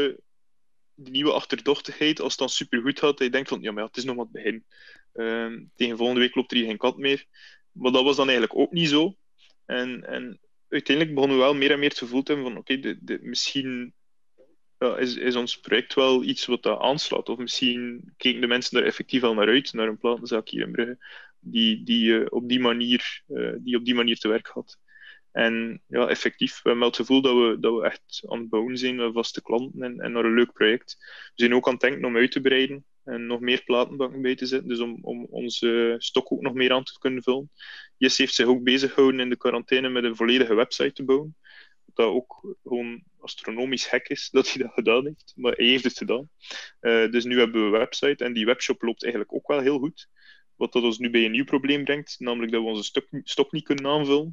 nieuwe achterdochtigheid. Als het dan supergoed gaat, dat je denkt van, ja, maar ja, het is nog maar het begin. Tegen volgende week loopt er hier geen kat meer. Maar dat was dan eigenlijk ook niet zo. En uiteindelijk begonnen we wel meer en meer het gevoel te hebben van, oké, misschien is ons project wel iets wat dat aanslaat. Of misschien keken de mensen daar effectief al naar uit, naar een platenzaak hier in Brugge, die op die manier te werk gaat. En ja, effectief, we hebben wel het gevoel dat we echt aan het bouwen zijn met vaste klanten en naar een leuk project. We zijn ook aan het denken om uit te breiden en nog meer platenbanken bij te zetten, dus om onze stok ook nog meer aan te kunnen vullen. Jesse heeft zich ook bezig gehouden in de quarantaine met een volledige website te bouwen. Dat ook gewoon astronomisch gek is dat hij dat gedaan heeft, maar hij heeft het gedaan. Dus nu hebben we een website en die webshop loopt eigenlijk ook wel heel goed. Wat dat ons nu bij een nieuw probleem brengt, namelijk dat we onze stok niet kunnen aanvullen.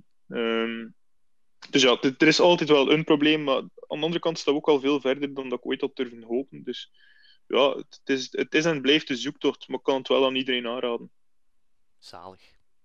Dus ja, er is altijd wel een probleem, maar aan de andere kant staan we ook al veel verder dan dat ik ooit had durven hopen. Dus ja, het is en blijft de zoektocht, maar ik kan het wel aan iedereen aanraden. Zalig.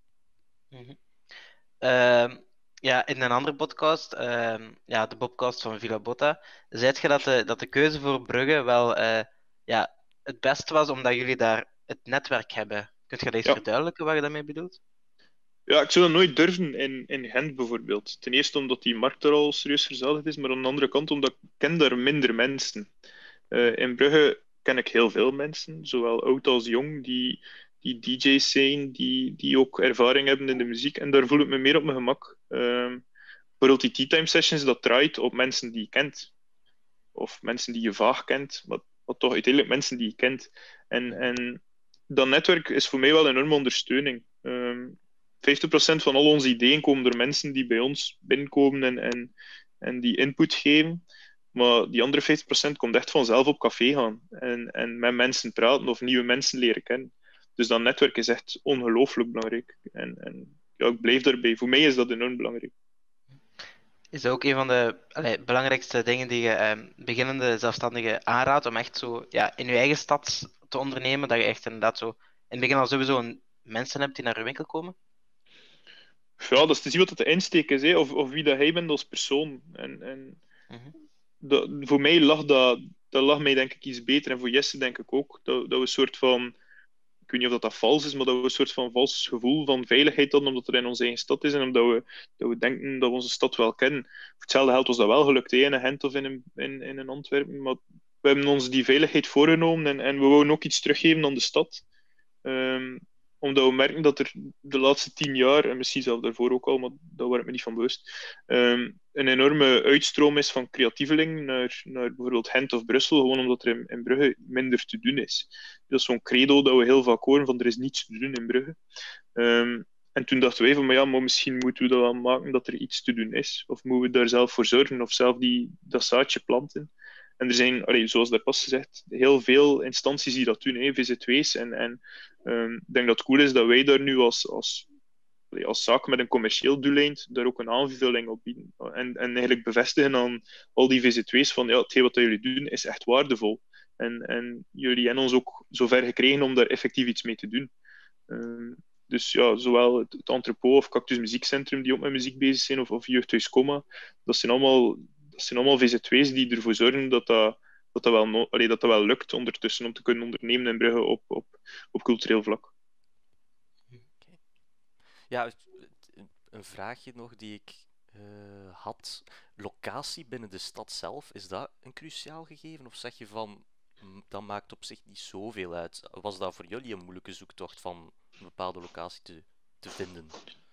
Ja, in een andere podcast, de podcast van Villa Botta, zei je dat de keuze voor Brugge wel het beste was, omdat jullie daar het netwerk hebben. Kunt je dat eens verduidelijken wat je daarmee bedoelt? Ja, ik zou dat nooit durven in Gent bijvoorbeeld. Ten eerste omdat die markt er al serieus verzadigd is, maar aan de andere kant omdat ik ken daar minder mensen. In Brugge ken ik heel veel mensen, zowel oud als jong, die DJ's zijn, die ook ervaring hebben in de muziek. En daar voel ik me meer op mijn gemak. Bijvoorbeeld die Tea Time Sessions, dat draait op mensen die je kent. Of mensen die je vaag kent, maar toch uiteindelijk mensen die je kent. En dat netwerk is voor mij wel een enorme ondersteuning. 50% van al onze ideeën komen door mensen die bij ons binnenkomen en die input geven. Maar die andere 50% komt echt vanzelf op café gaan. En met mensen praten of nieuwe mensen leren kennen. Dus dat netwerk is echt ongelooflijk belangrijk. En ja, ik blijf daarbij. Voor mij is dat enorm belangrijk. Is dat ook een van de belangrijkste dingen die je beginnende zelfstandigen aanraadt om echt zo in je eigen stad te ondernemen? Dat je echt inderdaad zo in het begin al sowieso mensen hebt die naar je winkel komen? Ja, dat is te zien wat de insteek is, hè, of wie dat hij bent als persoon. Voor mij lag mij denk ik iets beter. En voor Jesse denk ik ook. Dat we een soort van... Ik weet niet of dat vals is, maar dat we een soort van vals gevoel van veiligheid hadden, omdat het in onze eigen stad is en omdat we denken dat we onze stad wel kennen. Voor hetzelfde geld was dat wel gelukt, in een Gent of in een Antwerpen. Maar we hebben ons die veiligheid voorgenomen en we wouden ook iets teruggeven aan de stad. Omdat we merken dat er de laatste 10 jaar, en misschien zelfs daarvoor ook al, maar daar word ik me niet van bewust, een enorme uitstroom is van creatievelingen naar bijvoorbeeld Gent of Brussel, gewoon omdat er in Brugge minder te doen is. Dat is zo'n credo dat we heel vaak horen, van er is niets te doen in Brugge. En toen dachten wij van, maar misschien moeten we dat wel maken dat er iets te doen is. Of moeten we daar zelf voor zorgen, of zelf dat zaadje planten. En er zijn, zoals daar pas gezegd, heel veel instanties die dat doen, VZ2's. En ik denk dat het cool is dat wij daar nu als zaak met een commercieel doeleinde daar ook een aanvulling op bieden. En eigenlijk bevestigen aan al die VZ2's van hetgeen wat jullie doen is echt waardevol. En jullie hebben ons ook zover gekregen om daar effectief iets mee te doen. Dus ja, zowel het entrepot of Cactus Muziekcentrum die ook met muziek bezig zijn, of Jeugdhuis Coma, dat zijn allemaal VZ2's die ervoor zorgen dat wel lukt ondertussen om te kunnen ondernemen in Brugge op cultureel vlak. Ja, een vraagje nog die ik had. Locatie binnen de stad zelf, is dat een cruciaal gegeven? Of zeg je van, dat maakt op zich niet zoveel uit? Was dat voor jullie een moeilijke zoektocht van een bepaalde locatie te vinden?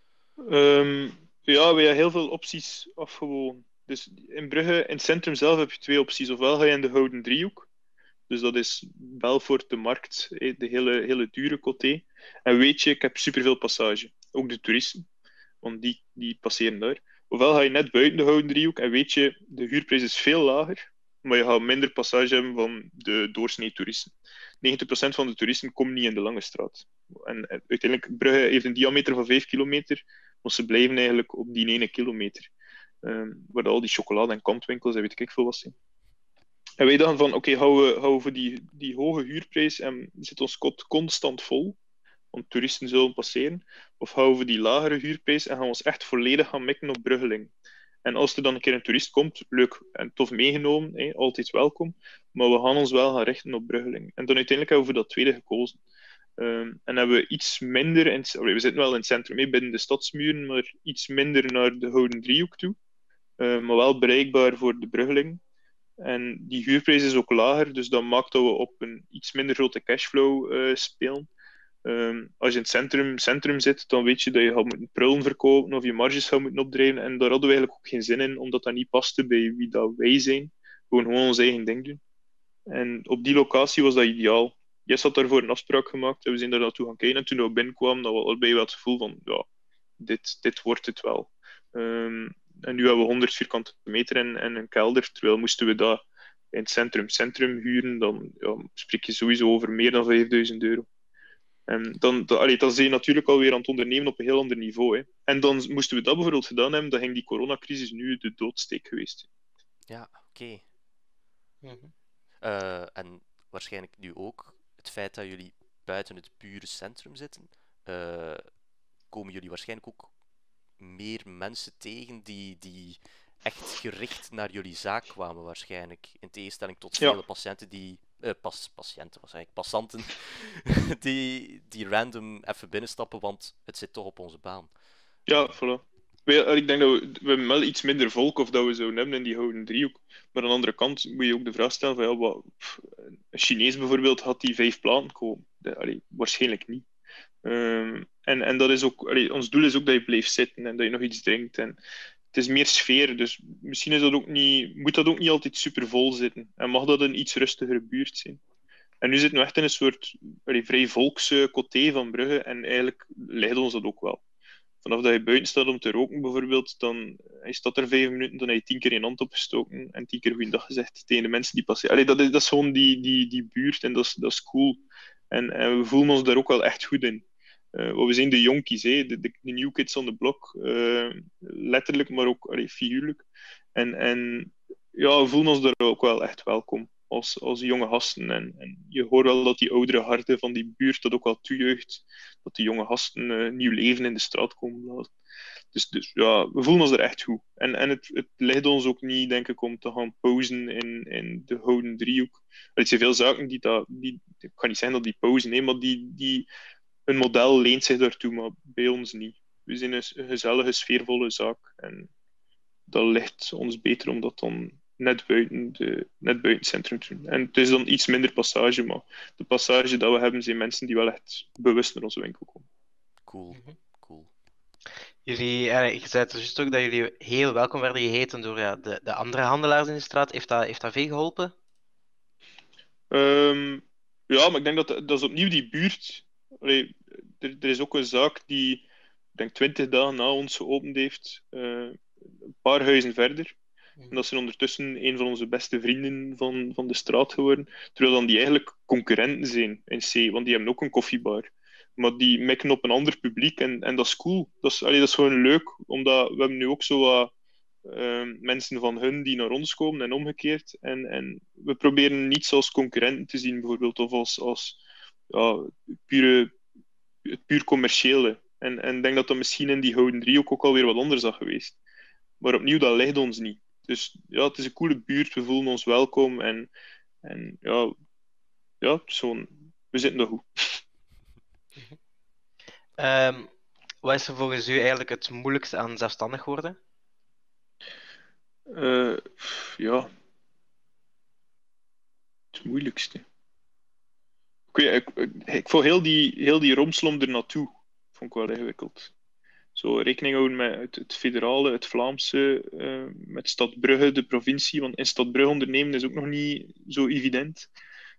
Ja, we hebben heel veel opties afgewogen. Dus in Brugge, in het centrum zelf, heb je 2 opties. Ofwel ga je in de Gouden Driehoek. Dus dat is Belfort, de Markt, de hele dure côté. En weet je, ik heb superveel passage. Ook de toeristen, want die passeren daar. Ofwel ga je net buiten de Gouden Driehoek en weet je, de huurprijs is veel lager, maar je gaat minder passage hebben van de doorsnee toeristen. 90% van de toeristen komen niet in de Lange Straat. En uiteindelijk, Brugge heeft een diameter van 5 kilometer, maar ze blijven eigenlijk op die 1 kilometer. Waar al die chocolade- en kantwinkels en weet ik veel wat zijn. En wij dachten van, oké, houden we voor die hoge huurprijs en zit ons kot constant vol, want toeristen zullen passeren, of houden we die lagere huurprijs en gaan we ons echt volledig gaan mikken op Bruggeling. En als er dan een keer een toerist komt, leuk en tof meegenomen, altijd welkom, maar we gaan ons wel gaan richten op Bruggeling. En dan uiteindelijk hebben we voor dat tweede gekozen. En hebben we iets minder, we zitten wel in het centrum, binnen de stadsmuren, maar iets minder naar de Gouden Driehoek toe, maar wel bereikbaar voor de Bruggeling. En die huurprijs is ook lager, dus dat maakt dat we op een iets minder grote cashflow spelen. Als je in het centrum zit, dan weet je dat je gaat moeten prullen verkopen of je marges gaat moeten opdrijven. En daar hadden we eigenlijk ook geen zin in, omdat dat niet paste bij wie dat wij zijn. Gewoon ons eigen ding doen. En op die locatie was dat ideaal. Jess had daarvoor een afspraak gemaakt en we zijn daar naartoe gaan kijken. En toen we binnenkwamen, dat we allebei wel het gevoel van, ja, dit wordt het wel. En nu hebben we 100 vierkante meter en een kelder, terwijl moesten we dat in het centrum huren, dan spreek je sowieso over meer dan €5.000. En dan zijn je natuurlijk alweer aan het ondernemen op een heel ander niveau. Hè. En dan moesten we dat bijvoorbeeld gedaan hebben, dan ging die coronacrisis nu de doodsteek geweest. Ja, oké. Mhm. En waarschijnlijk nu ook het feit dat jullie buiten het pure centrum zitten, komen jullie waarschijnlijk ook meer mensen tegen die echt gericht naar jullie zaak kwamen waarschijnlijk. In tegenstelling tot vele patiënten die... patiënten, wat zeg ik? Passanten die random even binnenstappen, want het zit toch op onze baan. Ja, voilà. Ik denk dat we hebben wel iets minder volk of dat we zouden hebben in die Gouden Driehoek. Maar aan de andere kant moet je ook de vraag stellen van een Chinees bijvoorbeeld had die 5 platen komen. Waarschijnlijk niet. En dat is ook, ons doel is ook dat je blijft zitten en dat je nog iets drinkt. En het is meer sfeer, dus misschien is dat ook niet, moet dat ook niet altijd super vol zitten. En mag dat een iets rustigere buurt zijn. En nu zitten we echt in een soort vrij volkse côté van Brugge en eigenlijk leidt ons dat ook wel. Vanaf dat je buiten staat om te roken bijvoorbeeld, dan je staat er 5 minuten, dan heb je 10 keer je hand opgestoken en 10 keer goeiedag gezegd tegen de mensen die passeren. Dat is gewoon die buurt en dat is cool. En we voelen ons daar ook wel echt goed in. We zijn de jonkies, de new kids on the block. Letterlijk, maar ook figuurlijk. En ja, we voelen ons daar ook wel echt welkom als jonge gasten. En je hoort wel dat die oudere harten van die buurt dat ook wel toejuicht. Dat die jonge gasten nieuw leven in de straat komen laten. Dus ja, we voelen ons er echt goed. En het ligt ons ook niet, denk ik, om te gaan posen in de Gouden Driehoek. Er zijn veel zaken die ik kan niet zeggen dat die posen, maar die een model leent zich daartoe, maar bij ons niet. We zijn een gezellige, sfeervolle zaak. En dat ligt ons beter om dat dan net buiten het centrum te doen. En het is dan iets minder passage, maar de passage dat we hebben zijn mensen die wel echt bewust naar onze winkel komen. Cool. Jullie, je zei het juist ook dat jullie heel welkom werden geheten door de andere handelaars in de straat. Heeft dat veel geholpen? Ja, maar ik denk dat is opnieuw die buurt. Er is ook een zaak die, ik denk 20 dagen na ons geopend heeft, een paar huizen verder. En dat zijn ondertussen een van onze beste vrienden van de straat geworden. Terwijl dan die eigenlijk concurrenten zijn in C, want die hebben ook een koffiebar. Maar die mikken op een ander publiek en dat is cool. Dat is gewoon leuk, omdat we hebben nu ook zo wat mensen van hun die naar ons komen en omgekeerd. En we proberen niets als concurrenten te zien, bijvoorbeeld, of als ja, het puur commerciële. En ik denk dat misschien in die Gouden Driehoek ook alweer wat anders had geweest. Maar opnieuw, dat ligt ons niet. Dus ja, het is een coole buurt, we voelen ons welkom en ja we zitten er goed. Wat is er volgens u eigenlijk het moeilijkste aan zelfstandig worden? Ja, het moeilijkste. Ik vond heel die romslomp er naartoe, vond ik wel ingewikkeld. Zo rekening houden met het federale, het Vlaamse, met Stad Brugge, de provincie. Want in Stad Brugge ondernemen is ook nog niet zo evident.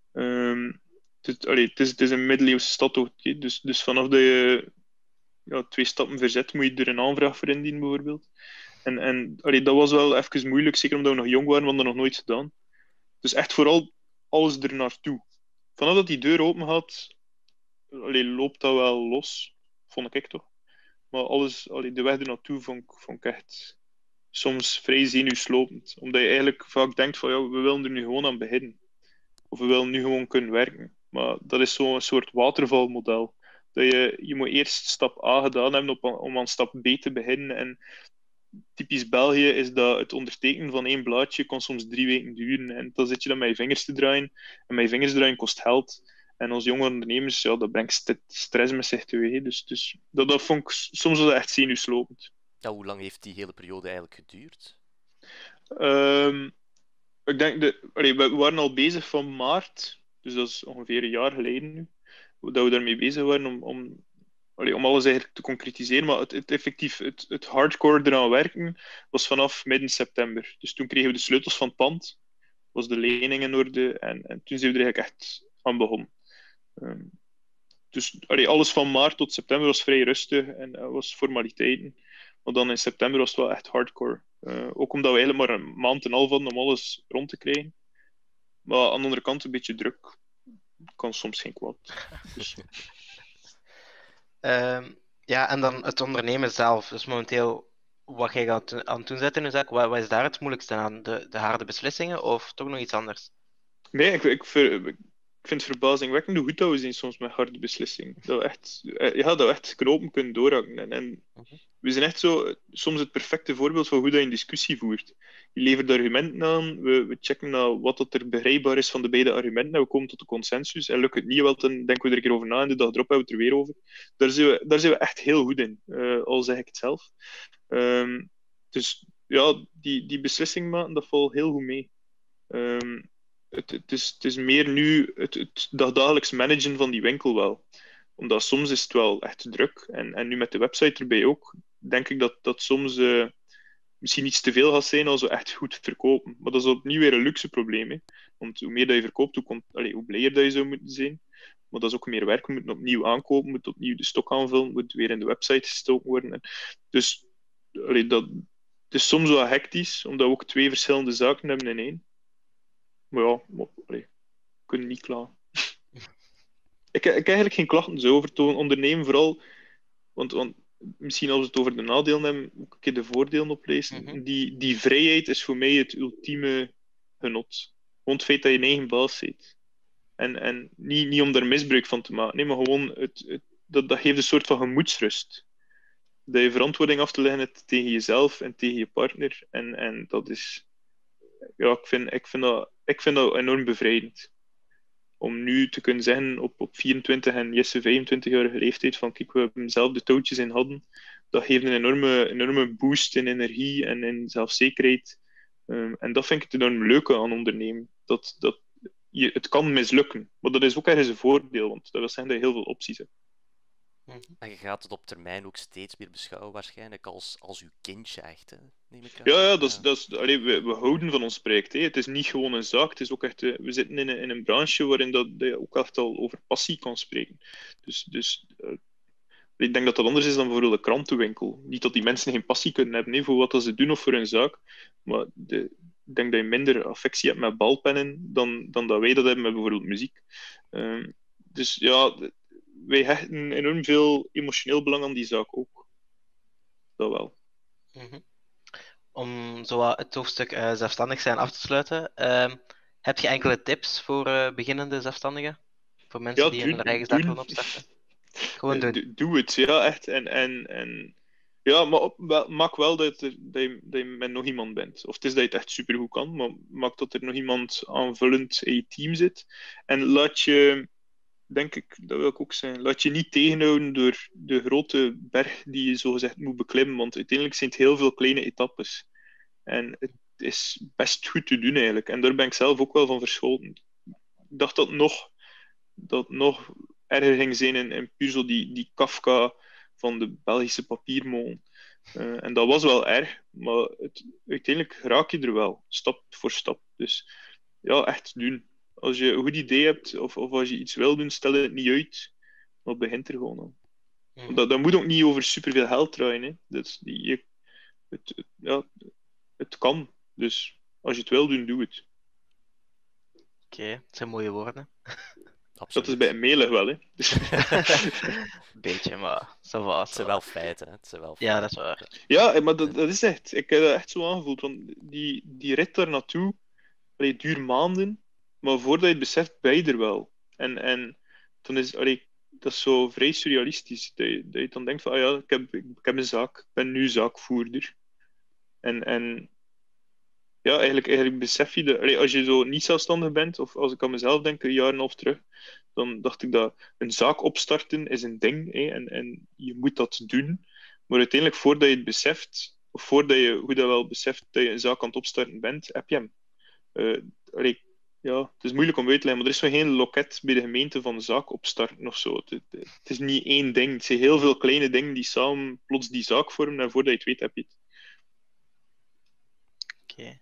Het is een middeleeuwse stad ook. Dus vanaf dat je 2 stappen verzet, moet je er een aanvraag voor indienen, bijvoorbeeld. En dat was wel even moeilijk, zeker omdat we nog jong waren, we hadden dat nog nooit gedaan. Dus echt vooral alles er naartoe. Vanaf dat die deur open gaat, loopt dat wel los, vond ik toch. Maar de weg er naartoe vond ik echt soms vrij zenuwslopend. Omdat je eigenlijk vaak denkt van, ja, we willen er nu gewoon aan beginnen. Of we willen nu gewoon kunnen werken. Maar dat is zo'n soort watervalmodel. Dat je moet eerst stap A gedaan hebben om aan stap B te beginnen. En typisch België is dat het ondertekenen van 1 blaadje kan soms 3 weken duren. En dan zit je dan met je vingers te draaien. En met je vingers draaien kost geld. En als jonge ondernemers, ja, dat brengt stress met zich teweeg. Dus dat vond ik soms wel echt zenuwslopend. Ja, hoe lang heeft die hele periode eigenlijk geduurd? Ik denk, we waren al bezig van maart. Dus dat is ongeveer een jaar geleden nu. Dat we daarmee bezig waren om alles eigenlijk te concretiseren. Maar het hardcore eraan werken was vanaf midden september. Dus toen kregen we de sleutels van het pand. Was de lening in orde. En toen zijn we er eigenlijk echt aan begonnen. Dus alles van maart tot september was vrij rustig en was formaliteiten. Maar dan in september was het wel echt hardcore. Ook omdat we eigenlijk maar een maand en een half hadden om alles rond te krijgen. Maar aan de andere kant een beetje druk. Kan soms geen kwaad. Dus. Ja, en dan het ondernemen zelf. Dus momenteel, wat jij aan het doen zit in je zaak, wat is daar het moeilijkste aan? De harde beslissingen of toch nog iets anders? Nee, ik vind het verbazingwekkend hoe goed dat we zijn soms met harde beslissingen. Dat we echt knopen kunnen doorhakken. En we zijn echt zo, soms het perfecte voorbeeld van hoe dat je een discussie voert. Je levert argumenten aan, we checken naar wat dat er begrijpbaar is van de beide argumenten en we komen tot een consensus. En lukt het niet, wel, dan denken we er een keer over na en de dag erop hebben we het er weer over. Daar zijn we echt heel goed in, al zeg ik het zelf. Dus ja, die beslissing maken, dat valt heel goed mee. Het is meer nu het dagelijks managen van die winkel wel. Omdat soms is het wel echt druk. En nu met de website erbij ook, denk ik dat soms misschien iets te veel gaat zijn als we echt goed verkopen. Maar dat is opnieuw weer een luxe probleem. Hè? Want hoe meer dat je verkoopt, hoe blijer dat je zou moeten zijn. Maar dat is ook meer werk. We moeten opnieuw aankopen, moet opnieuw de stok aanvullen, moet weer in de website gestoken worden. Dus dat is soms wel hectisch, omdat we ook 2 verschillende zaken hebben in 1. Maar ja, we kunnen niet klagen. Ik heb eigenlijk geen klachten zo over het ondernemen, vooral. Want misschien als we het over de nadelen hebben, ook een keer de voordelen oplezen. Die vrijheid is voor mij het ultieme genot. Gewoon het feit dat je een eigen baas bent. En niet om daar misbruik van te maken. Nee, maar gewoon, dat geeft een soort van gemoedsrust. Dat je verantwoording af te leggen hebt tegen jezelf en tegen je partner. En dat is... Ja, ik vind dat enorm bevrijdend. Om nu te kunnen zeggen op 24 en Jesse 25-jarige leeftijd van kijk, we hebben zelf de touwtjes in handen. Dat geeft een enorme boost in energie en in zelfzekerheid. En dat vind ik het enorm leuke aan ondernemen. Het kan mislukken, maar dat is ook ergens een voordeel, want dat wil zeggen dat je heel veel opties hebt. En je gaat het op termijn ook steeds meer beschouwen, waarschijnlijk, als uw kindje echt, hè? Neem ik aan. Ja, we houden van ons project. Hè. Het is niet gewoon een zaak, het is ook echt, we zitten in een branche waarin dat je ook echt al over passie kan spreken. Dus Ik denk dat dat anders is dan bijvoorbeeld een krantenwinkel. Niet dat die mensen geen passie kunnen hebben voor wat dat ze doen of voor hun zaak, maar ik denk dat je minder affectie hebt met balpennen dan dat wij dat hebben met bijvoorbeeld muziek. Dus ja, wij hechten enorm veel emotioneel belang aan die zaak ook. Dat wel. Mhm. Om zo wat het hoofdstuk zelfstandig zijn af te sluiten, heb je enkele tips voor beginnende zelfstandigen? Voor mensen Ja, die hun eigen zaak doen. willen opstarten? Gewoon doen. Doe het, ja, echt. En ja, maar maak wel dat je met nog iemand bent. Of het is dat je het echt supergoed kan, maar maak dat er nog iemand aanvullend in je team zit. En laat je, denk ik, dat wil ik ook zeggen, laat je niet tegenhouden door de grote berg die je zogezegd moet beklimmen, want uiteindelijk zijn het heel veel kleine etappes. En het is best goed te doen eigenlijk. En daar ben ik zelf ook wel van verschoten. Ik dacht dat nog erger ging zijn in puur zo die Kafka van de Belgische papiermolen. En dat was wel erg, maar uiteindelijk raak je er wel, stap voor stap. Dus ja, echt doen. Als je een goed idee hebt of als je iets wil doen, stel het niet uit, maar begint er gewoon aan. Mhm. Dat moet ook niet over superveel geld draaien. Hè. Ja, het kan. Dus als je het wil doen, doe het. Oké, dat zijn mooie woorden. Dat is bij een mailig wel. Hè. Beetje, maar ça va, Het zijn wel feiten, hè. Het zijn wel Ja, feiten. dat is waar. Ja, maar dat is echt. Ik heb dat echt zo aangevoeld. Want die rit daar naartoe, duurt maanden. Maar voordat je het beseft, ben je er wel. En dan is, dat is zo vrij surrealistisch. Dat je dan denkt van, ah ja, ik heb een zaak. Ik ben nu zaakvoerder. En ja, eigenlijk besef je dat. Als je zo niet zelfstandig bent, of als ik aan mezelf denk, een jaar en een half terug, dan dacht ik dat een zaak opstarten is een ding. En je moet dat doen. Maar uiteindelijk, voordat je het beseft, of voordat je hoe dat wel beseft dat je een zaak aan het opstarten bent, heb je hem. Eh, ja, het is moeilijk om uit te leggen, maar er is nog geen loket bij de gemeente van een zaak opstarten of zo. Het is niet één ding. Het zijn heel veel kleine dingen die samen plots die zaak vormen en voordat je het weet, heb je het. Oké.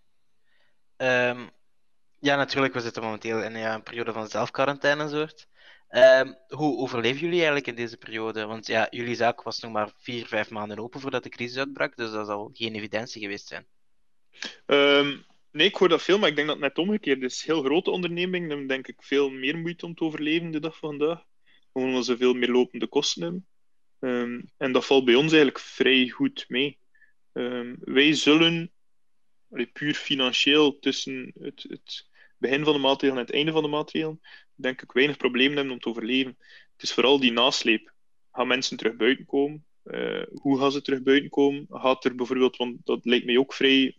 Ja, natuurlijk, we zitten momenteel in een periode van zelfquarantaine en soort. Hoe overleven jullie eigenlijk in deze periode? Want ja, jullie zaak was nog maar 4, 5 maanden open voordat de crisis uitbrak, dus dat zal geen evidentie geweest zijn. Nee, ik hoor dat veel, maar ik denk dat het net omgekeerd is. Heel grote ondernemingen hebben denk ik veel meer moeite om te overleven de dag van vandaag. Gewoon omdat ze veel meer lopende kosten hebben. En dat valt bij ons eigenlijk vrij goed mee. Wij zullen, puur financieel, tussen het begin van de maatregelen en het einde van de maatregelen, denk ik weinig problemen hebben om te overleven. Het is vooral die nasleep. Gaan mensen terug buiten komen? Hoe gaan ze terug buiten komen? Gaat er bijvoorbeeld, want dat lijkt mij ook vrij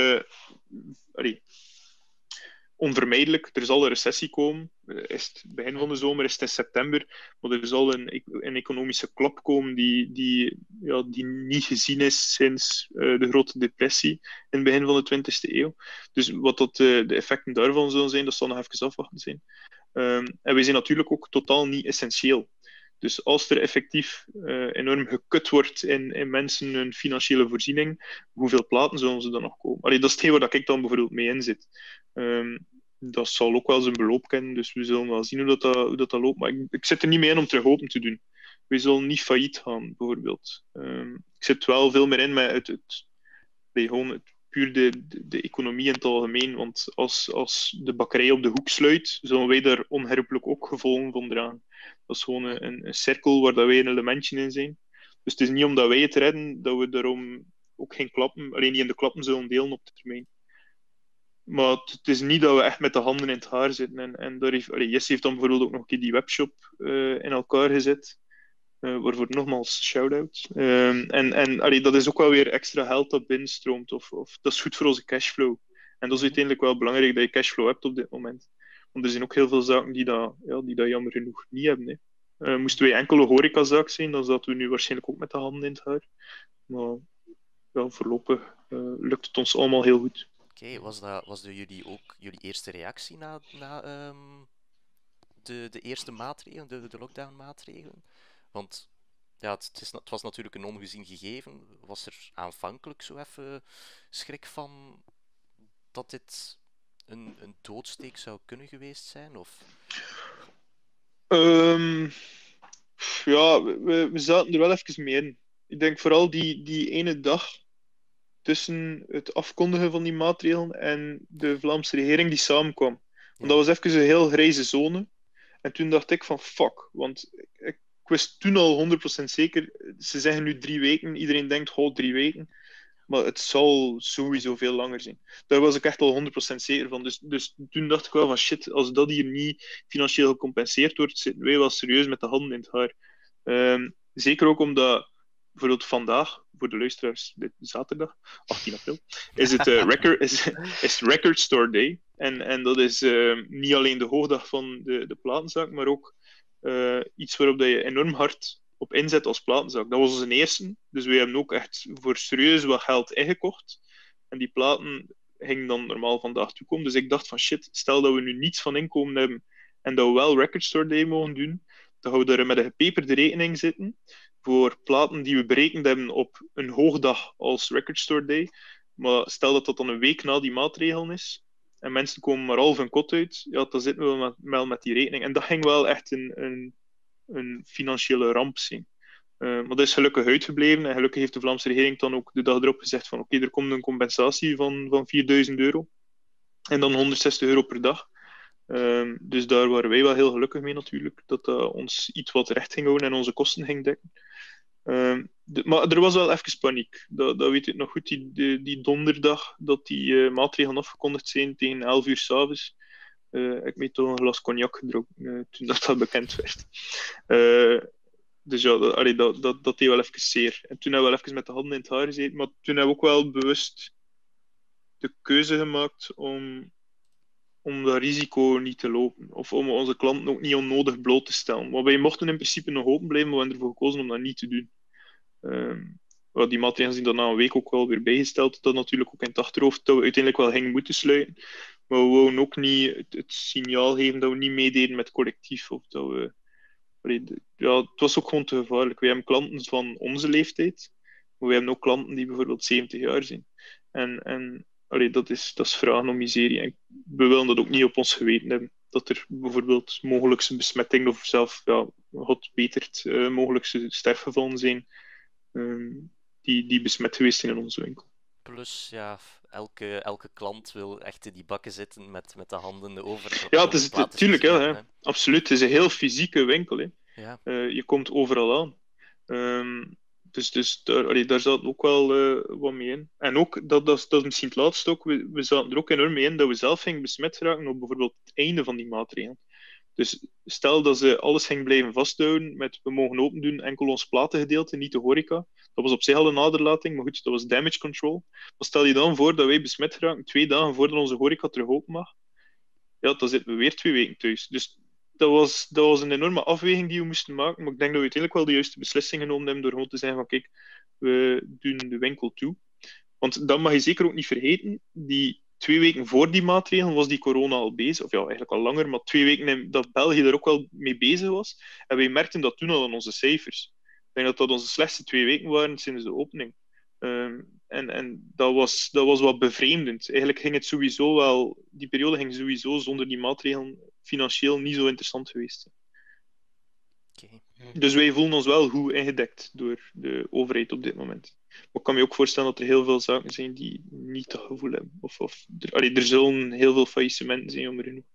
onvermijdelijk. Er zal een recessie komen. Is het begin van de zomer, is het in september. Maar er zal een economische klap komen die niet gezien is sinds de Grote Depressie in het begin van de 20e eeuw. Dus wat de effecten daarvan zullen zijn, dat zal nog even afwachten zijn. En wij zijn natuurlijk ook totaal niet essentieel. Dus als er effectief enorm gekut wordt in mensen hun financiële voorziening, hoeveel platen zullen ze dan nog komen? Dat is hetgeen waar ik dan bijvoorbeeld mee in zit. Dat zal ook wel zijn beloop kennen, dus we zullen wel zien hoe dat loopt. Maar ik zit er niet mee in om terug open te doen. We zullen niet failliet gaan, bijvoorbeeld. Ik zit wel veel meer in met puur de economie in het algemeen. Want als de bakkerij op de hoek sluit, zullen wij daar onherroepelijk ook gevolgen van dragen. Dat is gewoon een cirkel waar dat wij een elementje in zijn. Dus het is niet omdat wij het redden, dat we daarom ook geen klappen, alleen niet in de klappen zullen delen op de termijn. Maar het is niet dat we echt met de handen in het haar zitten. En daar Jesse heeft dan bijvoorbeeld ook nog een keer die webshop in elkaar gezet. Waarvoor nogmaals shout-out. Dat is ook wel weer extra geld dat binnenstroomt. Of dat is goed voor onze cashflow. En dat is uiteindelijk wel belangrijk dat je cashflow hebt op dit moment. Want er zijn ook heel veel zaken die dat jammer genoeg niet hebben. Hè. Moesten wij enkele horecazaak zijn, dan zaten we nu waarschijnlijk ook met de handen in het haar. Maar ja, voorlopig lukt het ons allemaal heel goed. Oké, was jullie eerste reactie na de eerste maatregelen, de lockdown-maatregelen? Want ja, het was natuurlijk een ongezien gegeven. Was er aanvankelijk zo even schrik van dat dit een doodsteek zou kunnen geweest zijn? Of... Ehm, Ja, we zaten er wel even mee in. Ik denk vooral die ene dag tussen het afkondigen van die maatregelen en de Vlaamse regering die samenkwam. Want Ja. dat was even een heel grijze zone. En toen dacht ik van fuck, want ik wist toen al 100% zeker, ze zeggen nu 3 weken, iedereen denkt, 3 weken, maar het zal sowieso veel langer zijn. Daar was ik echt al 100% zeker van. Dus toen dacht ik wel van shit, als dat hier niet financieel gecompenseerd wordt, zitten wij wel serieus met de handen in het haar. Zeker ook omdat, bijvoorbeeld vandaag, voor de luisteraars, dit zaterdag, 18 april, is het is Record Store Day. En dat is niet alleen de hoogdag van de platenzaak, maar ook iets waarop dat je enorm hard op inzet als platenzaak. Dat was onze eerste, dus we hebben ook echt voor serieus wat geld ingekocht. En die platen gingen dan normaal vandaag toekomen. Dus ik dacht van shit, stel dat we nu niets van inkomen hebben en dat we wel Record Store Day mogen doen, dan gaan we daar met een gepeperde rekening zitten voor platen die we berekend hebben op een hoogdag als Record Store Day. Maar stel dat dat dan een week na die maatregel is en mensen komen maar half een kot uit, ja, dan zitten we wel met die rekening. En dat ging wel echt een financiële ramp zijn. Maar dat is gelukkig uitgebleven en gelukkig heeft de Vlaamse regering dan ook de dag erop gezegd van oké, er komt een compensatie van 4.000 euro en dan 160 euro per dag. Dus daar waren wij wel heel gelukkig mee natuurlijk, dat dat ons iets wat recht ging houden en onze kosten ging dekken. Maar er was wel even paniek. Dat weet ik nog goed, die donderdag dat die maatregelen afgekondigd zijn tegen 11 uur 's avonds. Ik heb toch een glas cognac gedronken toen dat bekend werd. Dus ja, dat deed wel even zeer. En toen hebben we wel even met de handen in het haar gezeten. Maar toen hebben we ook wel bewust de keuze gemaakt om dat risico niet te lopen. Of om onze klanten ook niet onnodig bloot te stellen. Maar wij mochten in principe nog open blijven, maar we hebben ervoor gekozen om dat niet te doen. Die maatregelen zijn dan na een week ook wel weer bijgesteld. Dat natuurlijk ook in het achterhoofd dat we uiteindelijk wel gingen moeten sluiten. Maar we wouden ook niet het signaal geven dat we niet meededen met het collectief. Of dat we... Ja, het was ook gewoon te gevaarlijk. We hebben klanten van onze leeftijd, maar we hebben ook klanten die bijvoorbeeld 70 jaar zijn. En dat is vragen om miserie. En we willen dat ook niet op ons geweten hebben. Dat er bijvoorbeeld mogelijkse besmetting of zelf, ja, God betert, mogelijkse sterfgevallen zijn die besmet geweest zijn in onze winkel. Plus, ja, elke klant wil echt in die bakken zitten met de handen over. Ja, het is natuurlijk, hè. Absoluut. Het is een heel fysieke winkel. Hè. Ja. Je komt overal aan. Dus daar zat ook wel wat mee in. En ook, dat is misschien het laatste ook, we zaten er ook enorm mee in dat we zelf gingen besmet raken op bijvoorbeeld het einde van die maatregelen. Dus stel dat ze alles ging blijven vasthouden met we mogen open doen enkel ons platengedeelte, niet de horeca. Dat was op zich al een naderlating, maar goed, dat was damage control. Maar stel je dan voor dat wij besmet raken 2 dagen voordat onze horeca terug open mag. Ja, dan zitten we weer 2 weken thuis. Dus dat was een enorme afweging die we moesten maken. Maar ik denk dat we uiteindelijk wel de juiste beslissing genomen hebben door gewoon te zeggen van kijk, we doen de winkel toe. Want dat mag je zeker ook niet vergeten. Die 2 weken voor die maatregelen was die corona al bezig. Of ja, eigenlijk al langer. Maar 2 weken dat België er ook wel mee bezig was. En wij merkten dat toen al aan onze cijfers. Ik denk dat dat onze slechtste 2 weken waren sinds de opening. En dat was wat bevreemdend. Eigenlijk ging het sowieso wel... Die periode ging sowieso zonder die maatregelen financieel niet zo interessant geweest. Okay. Dus wij voelen ons wel goed ingedekt door de overheid op dit moment. Maar ik kan me ook voorstellen dat er heel veel zaken zijn die niet dat gevoel hebben. Er zullen heel veel faillissementen zijn, jammer genoeg.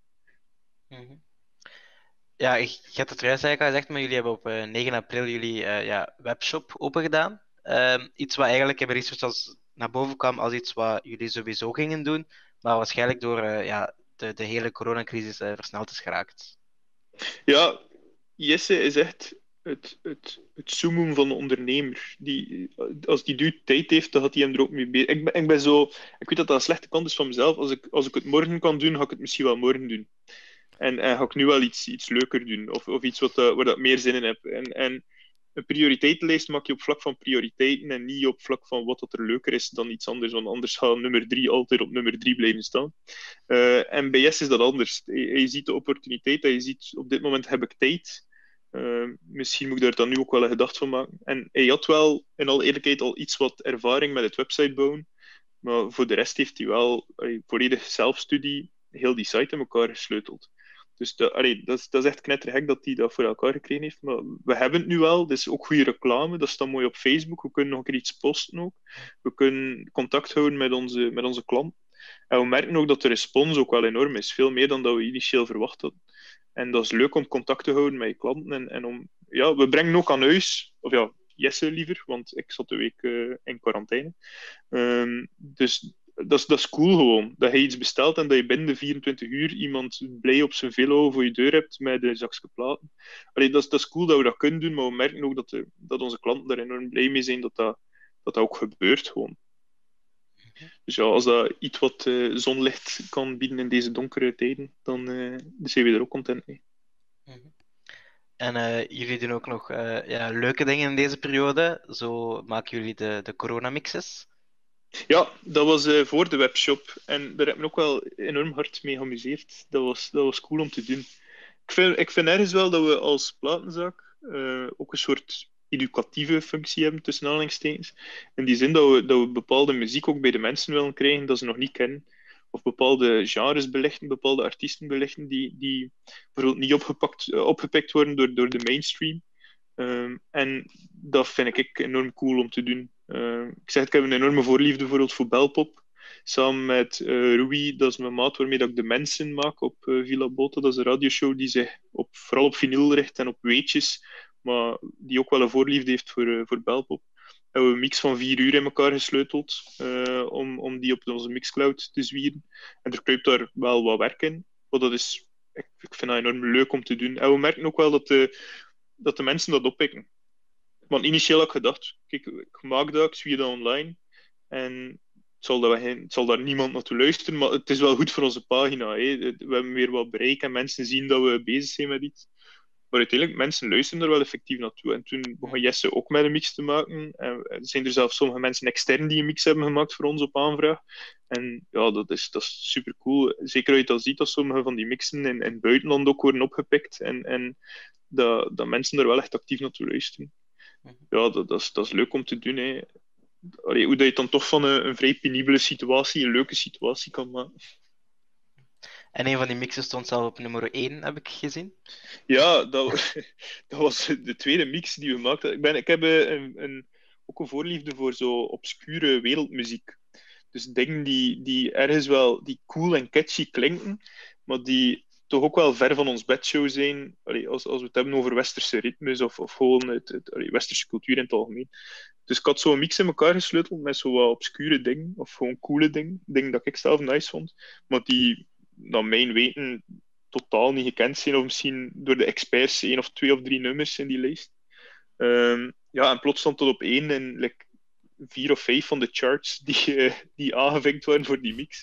Ja, je hebt het juist eigenlijk al gezegd, maar jullie hebben op 9 april jullie webshop open gedaan. Iets wat eigenlijk in mijn research als naar boven kwam als iets wat jullie sowieso gingen doen, maar waarschijnlijk door de hele coronacrisis versneld is geraakt. Ja, Jesse is echt het summum van de ondernemer. Als die dude tijd heeft, dan gaat hij hem er ook mee bezig. Ik ben zo... Ik weet dat dat een slechte kant is van mezelf. Als ik het morgen kan doen, ga ik het misschien wel morgen doen. En ga ik nu wel iets leuker doen. Of iets waar dat meer zin in heb. En een prioriteitenlijst maak je op vlak van prioriteiten en niet op vlak van wat dat er leuker is dan iets anders. Want anders gaat nummer 3 altijd op nummer 3 blijven staan. En bij Yes is dat anders. Je ziet de opportuniteit en je ziet op dit moment heb ik tijd. Misschien moet ik daar dan nu ook wel een gedacht van maken. En hij had wel, in alle eerlijkheid, al iets wat ervaring met het website bouwen. Maar voor de rest heeft hij wel volledig zelfstudie heel die site in elkaar gesleuteld. Dus dat is echt knettergek dat hij dat voor elkaar gekregen heeft. Maar we hebben het nu wel. Dat is ook goede reclame. Dat staat mooi op Facebook. We kunnen nog een keer iets posten ook. We kunnen contact houden met onze klant. En we merken ook dat de respons ook wel enorm is. Veel meer dan dat we initieel verwacht hadden. En dat is leuk om contact te houden met je klanten. En om, ja, we brengen ook aan huis. Of ja, Jesse liever, want ik zat de week in quarantaine. Dus dat is cool gewoon. Dat je iets bestelt en dat je binnen de 24 uur iemand blij op zijn velo voor je deur hebt met een zakje platen. Dat is cool dat we dat kunnen doen, maar we merken ook dat onze klanten daar enorm blij mee zijn dat ook gebeurt gewoon. Dus ja, als dat iets wat zonlicht kan bieden in deze donkere tijden, dan zijn we er ook content mee. En jullie doen ook nog leuke dingen in deze periode. Zo maken jullie de coronamixes. Ja, dat was voor de webshop. En daar heb ik me ook wel enorm hard mee geamuseerd. Dat was cool om te doen. Ik vind ergens wel dat we als platenzaak ook een soort educatieve functie hebben, tussen aanhalingstekens. In die zin dat we bepaalde muziek ook bij de mensen willen krijgen dat ze nog niet kennen. Of bepaalde genres belichten, bepaalde artiesten belichten die bijvoorbeeld niet opgepikt worden door de mainstream. En dat vind ik enorm cool om te doen. Ik zeg, ik heb een enorme voorliefde bijvoorbeeld voor belpop. Samen met Rui, dat is mijn maat waarmee dat ik de mensen maak op Villa Bota. Dat is een radioshow die zich vooral op vinyl richt en op weetjes, maar die ook wel een voorliefde heeft voor belpop. We hebben een mix van 4 uur in elkaar gesleuteld om die op onze Mixcloud te zwieren. En er kruipt daar wel wat werk in. Maar dat is, ik vind dat enorm leuk om te doen. En we merken ook wel dat de mensen dat oppikken. Want initieel had ik gedacht, kijk, ik maak dat, ik zwier dat online. En het zal daar niemand naartoe luisteren, maar het is wel goed voor onze pagina. Hè. We hebben weer wat bereik en mensen zien dat we bezig zijn met iets. Maar uiteindelijk, mensen luisteren er wel effectief naartoe. En toen begon Jesse ook met een mix te maken. En er zijn er zelfs sommige mensen extern die een mix hebben gemaakt voor ons op aanvraag. En ja, dat is super cool. Zeker als je dat ziet, dat sommige van die mixen in het buitenland ook worden opgepikt. En dat mensen er wel echt actief naartoe luisteren. Ja, dat is leuk om te doen. Hè. Allee, hoe dat je dan toch van een vrij penibele situatie een leuke situatie kan maken. En een van die mixen stond zelf op nummer 1, heb ik gezien. Ja, dat was de tweede mix die we maakten. Ik heb ook een voorliefde voor zo obscure wereldmuziek. Dus dingen die ergens wel die cool en catchy klinken, maar die toch ook wel ver van ons bedshow zijn. Allee, als we het hebben over westerse ritmes of gewoon westerse cultuur in het algemeen. Dus ik had zo'n mix in elkaar gesleuteld met zo wat obscure dingen, of gewoon coole dingen. Dingen dat ik zelf nice vond, maar die, naar mijn weten, totaal niet gekend zijn, of misschien door de experts 1 of 2 of 3 nummers in die lijst. Ja, en plots stond tot op 1 en 4 of 5 van de charts die aangevinkt waren voor die mix.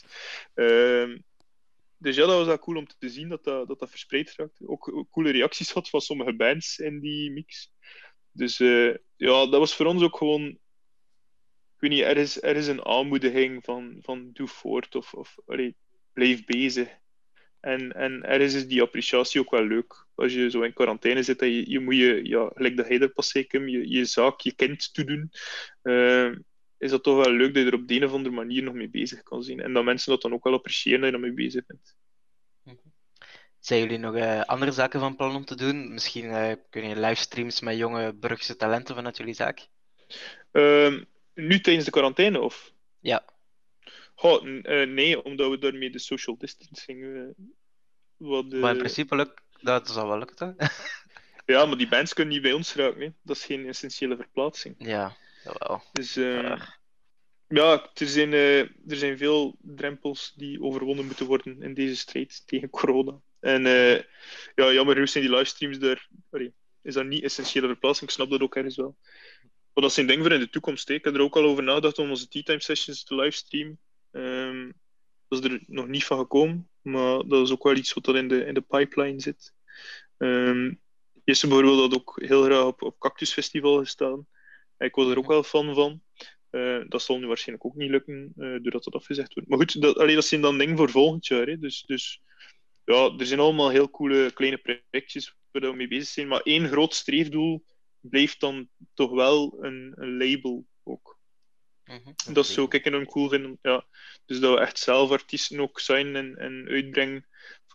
Dus ja, dat was wel cool om te zien dat verspreid raakte. Ook coole reacties had van sommige bands in die mix. Dus ja, dat was voor ons ook gewoon, ik weet niet, er is een aanmoediging van doe voort of blijf bezig. En ergens is die appreciatie ook wel leuk. Als je zo in quarantaine zit en je moet gelijk dat hij er pas zeker, je zaak, je kind toedoen, is dat toch wel leuk dat je er op de een of andere manier nog mee bezig kan zijn. En dat mensen dat dan ook wel appreciëren dat je ermee bezig bent. Zijn jullie nog andere zaken van plan om te doen? Misschien kun je livestreams met jonge Brugse talenten vanuit jullie zaak? Nu tijdens de quarantaine, of? Ja. Nee, omdat we daarmee de social distancing... Maar in principe lukt dat zal wel lukken, toch? Ja, maar die bands kunnen niet bij ons raken. Hè. Dat is geen essentiële verplaatsing. Ja, dat wel. Dus ja, er zijn veel drempels die overwonnen moeten worden in deze strijd tegen corona. En ja, jammer genoeg zijn die livestreams daar... is dat niet essentiële verplaatsing? Ik snap dat ook ergens wel. Maar dat is een ding voor in de toekomst. Hè. Ik heb er ook al over nagedacht om onze tea time sessions te livestreamen. Dat is er nog niet van gekomen, maar dat is ook wel iets wat in de pipeline zit. Jesse bijvoorbeeld had ook heel graag op Cactus Festival gestaan. Ik was er ook wel fan van. Dat zal nu waarschijnlijk ook niet lukken, doordat dat afgezegd wordt. Maar goed, dat zijn dan dingen voor volgend jaar. Hè. Dus ja, er zijn allemaal heel coole kleine projectjes waar we mee bezig zijn. Maar één groot streefdoel blijft dan toch wel een label ook. Dat zou ik enorm cool vinden. Ja. Dus dat we echt zelf artiesten ook signen en uitbrengen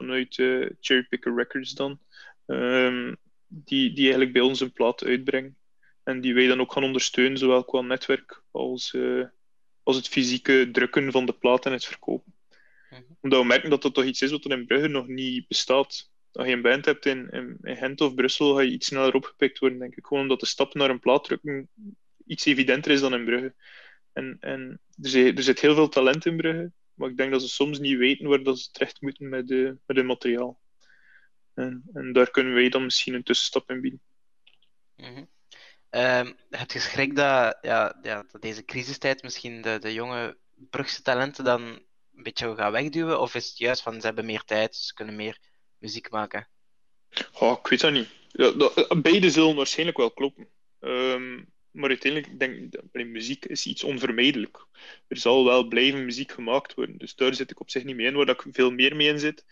vanuit Cherry Picker Records dan. Die eigenlijk bij ons een plaat uitbrengen. En die wij dan ook gaan ondersteunen, zowel qua netwerk als het fysieke drukken van de plaat en het verkopen. Omdat we merken dat dat toch iets is wat er in Brugge nog niet bestaat. Als je een band hebt in Gent of Brussel, ga je iets sneller opgepikt worden, denk ik. Gewoon omdat de stap naar een plaat drukken iets evidenter is dan in Brugge. En er zit heel veel talent in Brugge, maar ik denk dat ze soms niet weten waar dat ze terecht moeten met hun materiaal. En daar kunnen wij dan misschien een tussenstap in bieden. Heb je schrik dat deze crisistijd misschien de jonge Brugse talenten dan een beetje gaat wegduwen? Of is het juist van ze hebben meer tijd, ze kunnen meer muziek maken? Oh, ik weet dat niet. Beide zullen waarschijnlijk wel kloppen. Maar uiteindelijk denk ik dat muziek is iets onvermijdelijk. Er zal wel blijven muziek gemaakt worden. Dus daar zit ik op zich niet mee in. Waar ik veel meer mee in zit,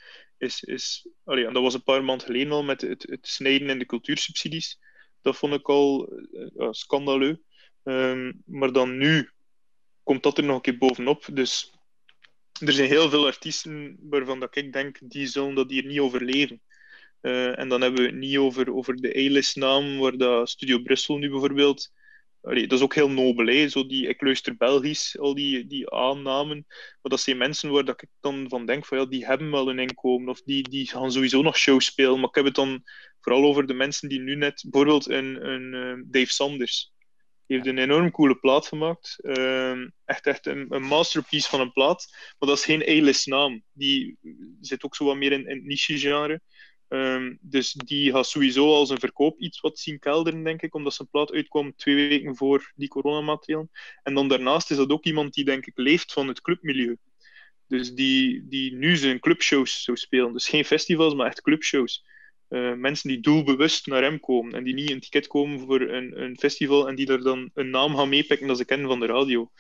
en dat was een paar maanden geleden al met het snijden in de cultuursubsidies. Dat vond ik al scandaleus. Maar dan nu komt dat er nog een keer bovenop. Dus er zijn heel veel artiesten waarvan dat ik denk, die zullen dat hier niet overleven. En dan hebben we het niet over de A-list-naam, waar dat Studio Brussel nu bijvoorbeeld... dat is ook heel nobel, hè? Zo ik luister Belgisch, al die A-namen. Maar dat zijn mensen waar dat ik dan van denk, van, ja, die hebben wel een inkomen, of die gaan sowieso nog shows spelen. Maar ik heb het dan vooral over de mensen die nu net... Bijvoorbeeld een Dave Sanders. Die heeft een enorm coole plaat gemaakt. Echt een masterpiece van een plaat. Maar dat is geen A-list naam. Die zit ook zo wat meer in het niche-genre. Dus die gaat sowieso als een verkoop iets wat zien kelderen, denk ik, omdat zijn plaat uitkwam 2 weken voor die coronamaatregelen. En dan daarnaast is dat ook iemand die, denk ik, leeft van het clubmilieu. Dus die nu zijn clubshows zou spelen. Dus geen festivals, maar echt clubshows. Mensen die doelbewust naar hem komen en die niet een ticket komen voor een festival en die daar dan een naam gaan meepikken dat ze kennen van de radio.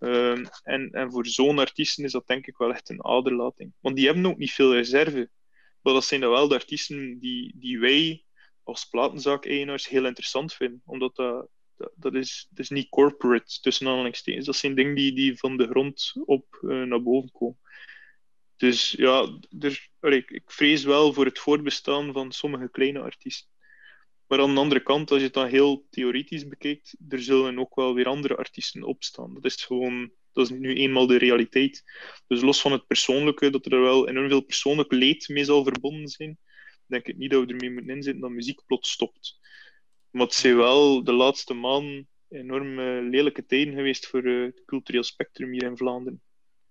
En voor zo'n artiesten is dat denk ik wel echt een aderlating. Want die hebben ook niet veel reserve. Maar dat zijn dan wel de artiesten die wij als platenzaak-eigenaars heel interessant vinden. Omdat dat is niet corporate, tussen aanhalingstekens. Dat zijn dingen die van de grond op naar boven komen. Dus ja, ik vrees wel voor het voortbestaan van sommige kleine artiesten. Maar aan de andere kant, als je het dan heel theoretisch bekijkt, er zullen ook wel weer andere artiesten opstaan. Dat is nu eenmaal de realiteit. Dus los van het persoonlijke, dat er wel enorm veel persoonlijk leed mee zal verbonden zijn, denk ik niet dat we ermee moeten inzitten dat muziek plots stopt. Maar het zijn wel de laatste maanden enorm lelijke tijden geweest voor het cultureel spectrum hier in Vlaanderen.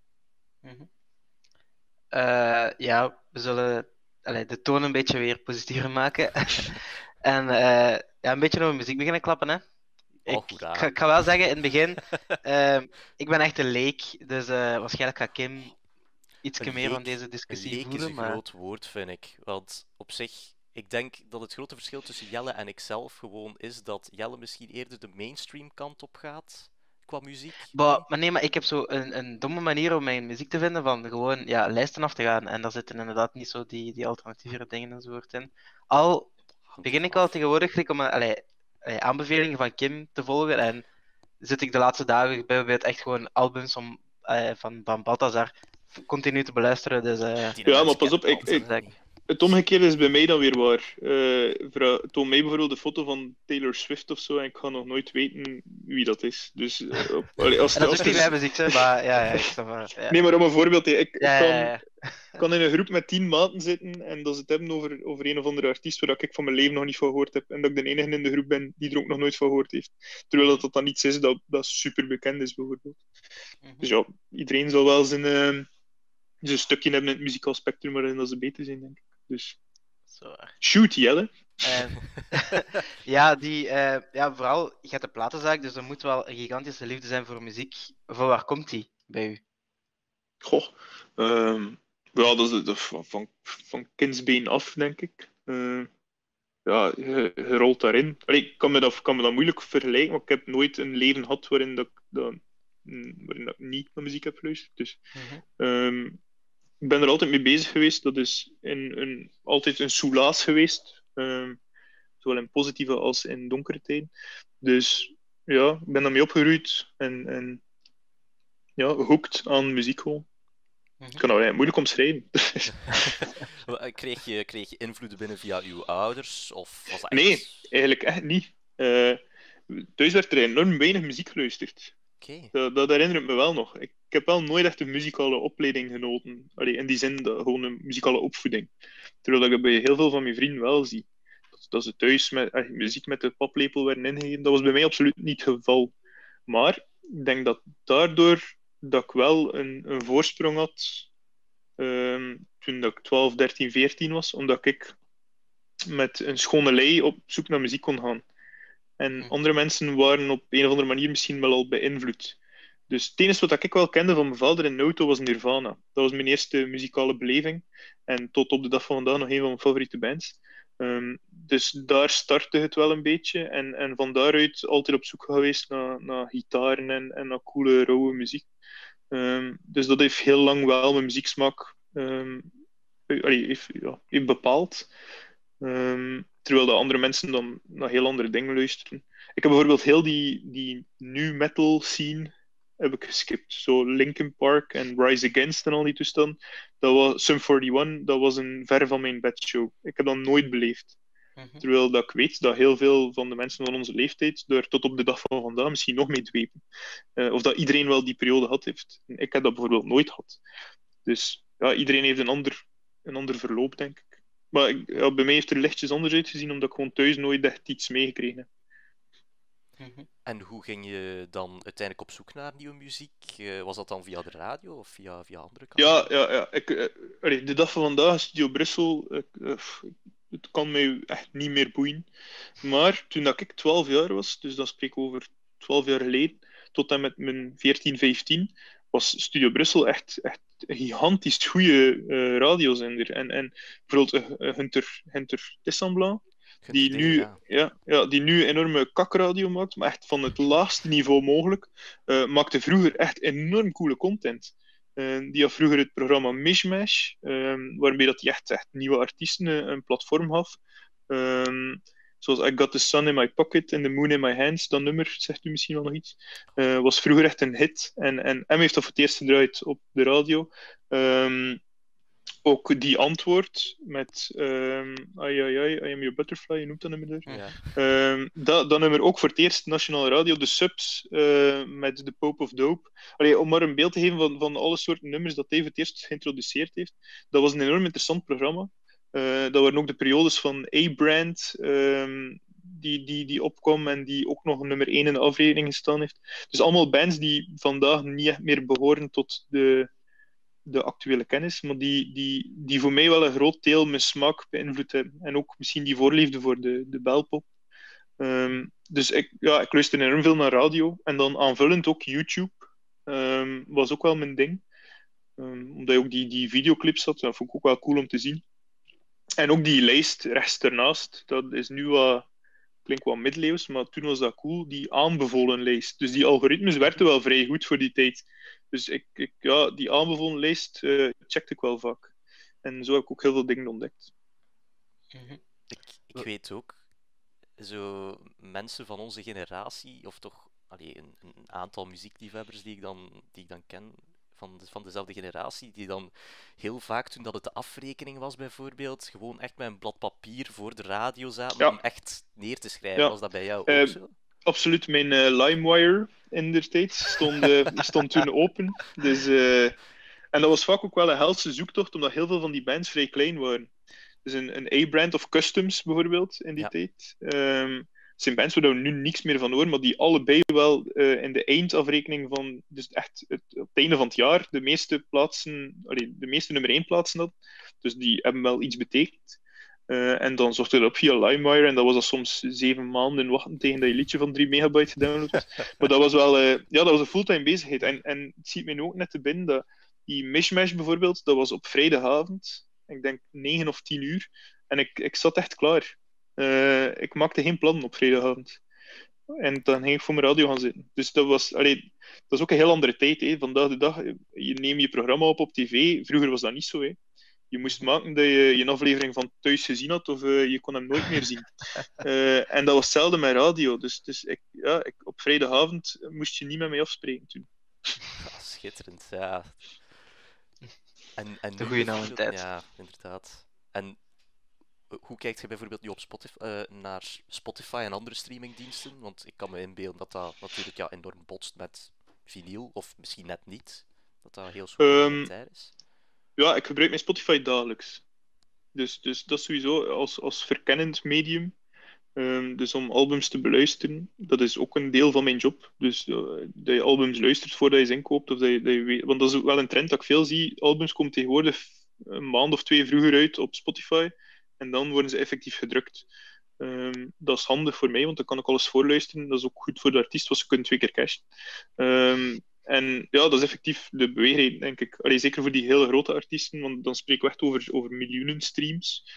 We zullen de toon een beetje weer positiever maken. En een beetje over muziek beginnen klappen, hè. Ik ga wel zeggen, in het begin, ik ben echt een leek, dus waarschijnlijk gaat Kim iets meer van deze discussie voeren. Een leek is een groot woord, vind ik. Want op zich, ik denk dat het grote verschil tussen Jelle en ikzelf gewoon is dat Jelle misschien eerder de mainstream kant op gaat qua muziek. Maar ik heb zo een domme manier om mijn muziek te vinden van gewoon lijsten af te gaan. En daar zitten inderdaad niet zo die alternatieve dingen enzovoort in. Al begin ik al tegenwoordig om aanbevelingen van Kim te volgen en zit ik de laatste dagen bijvoorbeeld echt gewoon albums van Balthazar continu te beluisteren. Dus, ja, maar pas op, het omgekeerde is bij mij dan weer waar. Toon mij bijvoorbeeld de foto van Taylor Swift of zo en ik ga nog nooit weten wie dat is. Dus, dat is niet mijn muziek, maar ik snap maar. Ja. Nee, maar om een voorbeeld, ik kan in een groep met 10 maten zitten en dat ze het hebben over een of andere artiest waar ik van mijn leven nog niet van gehoord heb en dat ik de enige in de groep ben die er ook nog nooit van gehoord heeft. Terwijl dat dan iets is dat super bekend is, bijvoorbeeld. Dus ja, iedereen zal wel zijn stukje hebben in het muzikaal spectrum waarin dat ze beter zijn, denk ik. Dus shoot, Jelle. Vooral, je hebt de platenzaak, dus er moet wel een gigantische liefde zijn voor muziek. Van waar komt die bij u? Goh, dat is van kindsbeen af, denk ik. Je rolt daarin. Ik kan me dat moeilijk vergelijken, maar ik heb nooit een leven gehad waarin ik niet naar muziek heb geluisterd. Dus, ik ben er altijd mee bezig geweest. Dat is altijd een soelaas geweest. Zowel in positieve als in donkere tijden. Dus ja, ik ben daarmee opgegroeid en hooked aan muziek gewoon. Ik kan dat moeilijk omschrijven. Kreeg je invloeden binnen via uw ouders? Of was dat Nee, echt... eigenlijk echt niet. Thuis werd er enorm weinig muziek geluisterd. Oké. Dat herinner ik me wel nog. Ik heb wel nooit echt een muzikale opleiding genoten. Allee, in die zin, gewoon een muzikale opvoeding. Terwijl ik dat bij heel veel van mijn vrienden wel zie. Dat ze thuis muziek met de paplepel werden ingegeven. Dat was bij mij absoluut niet het geval. Maar ik denk dat daardoor dat ik wel een voorsprong had toen dat ik 12, 13, 14 was. Omdat ik met een schone lei op zoek naar muziek kon gaan. En andere mensen waren op een of andere manier misschien wel al beïnvloed. Dus het enige wat ik wel kende van mijn vader in de auto was Nirvana. Dat was mijn eerste muzikale beleving. En tot op de dag van vandaag nog een van mijn favoriete bands. Dus daar startte het wel een beetje. En van daaruit altijd op zoek geweest naar gitaren en naar coole, rauwe muziek. Dus dat heeft heel lang wel mijn muzieksmaak heeft bepaald. Terwijl de andere mensen dan naar heel andere dingen luisteren. Ik heb bijvoorbeeld heel die nu metal scene heb ik geskipt. Zo Linkin Park en Rise Against en al die toestanden. Dat was Sum 41, dat was een ver van mijn bedshow. Ik heb dat nooit beleefd. Terwijl dat ik weet dat heel veel van de mensen van onze leeftijd er tot op de dag van vandaag misschien nog mee dwepen. Of dat iedereen wel die periode gehad heeft. En ik heb dat bijvoorbeeld nooit gehad. Dus ja, iedereen heeft een ander verloop, denk ik. Maar bij mij heeft er lichtjes anders uitgezien, omdat ik gewoon thuis nooit echt iets meegekregen heb. En hoe ging je dan uiteindelijk op zoek naar nieuwe muziek? Was dat dan via de radio of via andere kanalen? Ja. De dag van vandaag, Studio Brussel, het kan mij echt niet meer boeien. Maar toen dat ik 12 jaar was, dus dat spreek ik over 12 jaar geleden, tot en met mijn 14, 15, was Studio Brussel echt een gigantisch goede radiozender. En bijvoorbeeld Hunter Tissanblanc, die nu enorme kakradio maakt, maar echt van het laagste niveau mogelijk, maakte vroeger echt enorm coole content. Die had vroeger het programma Mishmash, waarmee dat hij echt nieuwe artiesten een platform gaf. Zoals I Got the Sun in My Pocket and the Moon in My Hands, dat nummer, zegt u misschien wel nog iets. Was vroeger echt een hit. En M heeft dat voor het eerst gedraaid op de radio. Ook die antwoord met I Am Your Butterfly, je noemt dat nummer daar. Ja. Dat nummer ook voor het eerst nationale radio. De Subs met The Pope of Dope. Om maar een beeld te geven van alle soorten nummers dat hij voor het eerst geïntroduceerd heeft. Dat was een enorm interessant programma. Dat waren ook de periodes van A-Brand die opkwam en die ook nog nummer 1 in de aflevering gestaan heeft. Dus allemaal bands die vandaag niet echt meer behoren tot de actuele kennis, maar die voor mij wel een groot deel mijn smaak beïnvloed hebben. En ook misschien die voorliefde voor de belpop. Dus ik luister enorm veel naar radio. En dan aanvullend ook YouTube. Was ook wel mijn ding. Omdat je ook die videoclips had. Dat vond ik ook wel cool om te zien. En ook die lijst rechts ernaast. Dat is nu klinkt wat middeleeuws, maar toen was dat cool. Die aanbevolen lijst. Dus die algoritmes werkten wel vrij goed voor die tijd. Dus die aanbevolen lijst checkte ik wel vaak. En zo heb ik ook heel veel dingen ontdekt. Ik weet ook, zo mensen van onze generatie, of toch een aantal muziekliefhebbers die ik dan ken, van dezelfde generatie, die dan heel vaak, toen dat het de afrekening was bijvoorbeeld, gewoon echt met een blad papier voor de radio zaten om echt neer te schrijven. Ja. Was dat bij jou ook zo? Absoluut. Mijn LimeWire in der tijd stond toen open. Dus, en dat was vaak ook wel een helse zoektocht, omdat heel veel van die bands vrij klein waren. Dus een A-brand of Customs bijvoorbeeld in die tijd. Het zijn bands waar we nu niks meer van horen, maar die allebei wel in de eindafrekening van, dus echt op het einde van het jaar, de meeste nummer 1 plaatsen hadden. Dus die hebben wel iets betekend. En dan zocht je dat op via LimeWire en dat was dan soms 7 maanden wachten tegen dat je liedje van 3 megabyte gedownload was. Maar dat was wel dat was een fulltime bezigheid. En het ziet mij ook net te binnen dat die Mishmash bijvoorbeeld, dat was op vrijdagavond, ik denk 9 of 10 uur, en ik zat echt klaar. Ik maakte geen plannen op vrijdagavond. En dan ging ik voor mijn radio gaan zitten. Dus dat is ook een heel andere tijd. Hè. Vandaag de dag, je neemt je programma op tv. Vroeger was dat niet zo. Hè. Je moest maken dat je een aflevering van thuis gezien had, of je kon hem nooit meer zien. En dat was hetzelfde met radio. Dus op vrijdagavond moest je niet met mij afspreken toen. Schitterend, ja. En De nu goede oude bijvoorbeeld- tijd. Ja, inderdaad. En hoe kijkt je bijvoorbeeld nu op naar Spotify en andere streamingdiensten? Want ik kan me inbeelden dat dat natuurlijk enorm botst met vinyl, of misschien net niet. Dat dat heel zo Ehm, complementair is. ja, ik gebruik mijn Spotify dagelijks. Dus dat is sowieso als verkennend medium. Dus om albums te beluisteren, dat is ook een deel van mijn job. Dus dat je albums luistert voordat je ze inkoopt. Of dat je weet, want dat is ook wel een trend dat ik veel zie. Albums komen tegenwoordig een maand of 2 vroeger uit op Spotify. En dan worden ze effectief gedrukt. Dat is handig voor mij, want dan kan ik alles voorluisteren. Dat is ook goed voor de artiest, want ze kunnen 2 keer cashen. En ja, dat is effectief de beweegreden, denk ik. Allee, zeker voor die hele grote artiesten, want dan spreken we echt over miljoenen streams.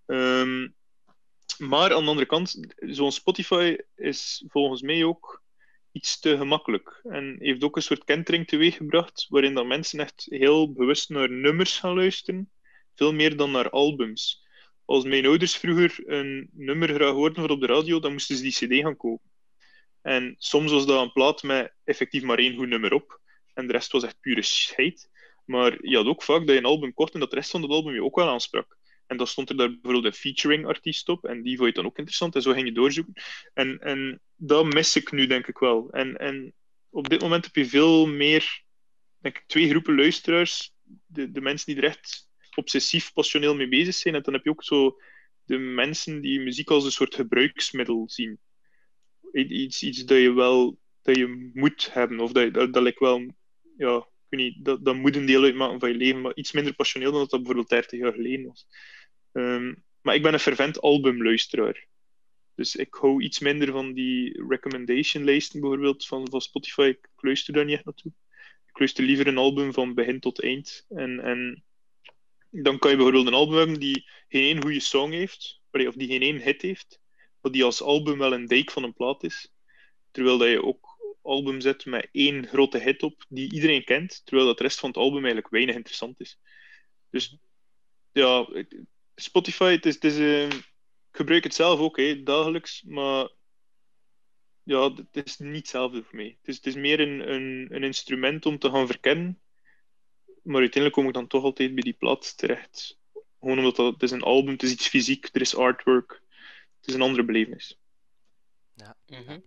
Maar aan de andere kant, zo'n Spotify is volgens mij ook iets te gemakkelijk. En heeft ook een soort kentering teweeggebracht, waarin dat mensen echt heel bewust naar nummers gaan luisteren, veel meer dan naar albums. Als mijn ouders vroeger een nummer graag hoorden voor op de radio, dan moesten ze die cd gaan kopen. En soms was dat een plaat met effectief maar 1 goed nummer op. En de rest was echt pure scheid. Maar je had ook vaak dat je een album kocht en dat de rest van het album je ook wel aansprak. En dan stond er daar bijvoorbeeld een featuring artiest op. En die vond je dan ook interessant. En zo ging je doorzoeken. En dat mis ik nu, denk ik wel. En op dit moment heb je veel meer, denk ik, 2 groepen luisteraars. De mensen die er echt obsessief, passioneel mee bezig zijn. En dan heb je ook zo de mensen die muziek als een soort gebruiksmiddel zien. Iets dat je moet hebben. Of dat lijkt wel, ja, ik weet niet, dat moet een deel uitmaken van je leven, maar iets minder passioneel dan dat bijvoorbeeld 30 jaar geleden was. Maar ik ben een fervent albumluisteraar. Dus ik hou iets minder van die recommendation-lijsten bijvoorbeeld van Spotify. Ik luister daar niet echt naartoe. Ik luister liever een album van begin tot eind. En dan kan je bijvoorbeeld een album hebben die geen één goede song heeft, of die geen één hit heeft, maar die als album wel een dijk van een plaat is. Terwijl dat je ook albums hebt met 1 grote hit op, die iedereen kent, terwijl dat de rest van het album eigenlijk weinig interessant is. Dus ja, Spotify, ik gebruik het zelf ook dagelijks, maar ja, het is niet hetzelfde voor mij. Het is meer een instrument om te gaan verkennen, maar uiteindelijk kom ik dan toch altijd bij die plaat terecht. Gewoon omdat het is een album, het is iets fysiek, er is artwork, het is een andere belevenis. Ja. Mhm.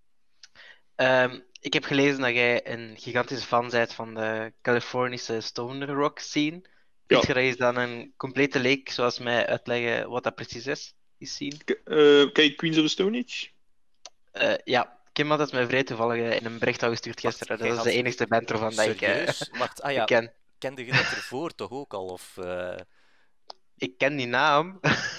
Ik heb gelezen dat jij een gigantische fan bent van de Californische stoner rock scene. Kun je dat eens dan een complete leek, zoals mij, uitleggen wat dat precies is, die scene? Kijk, Queens of the Stone Age? Ja, Kim had het mij vrij toevallig in een bericht al gestuurd gisteren. jij Dat is had- de enige band ervan dat ik Serieus? Wacht, ken. kende je dat ervoor toch ook al? Of, Ik ken die naam.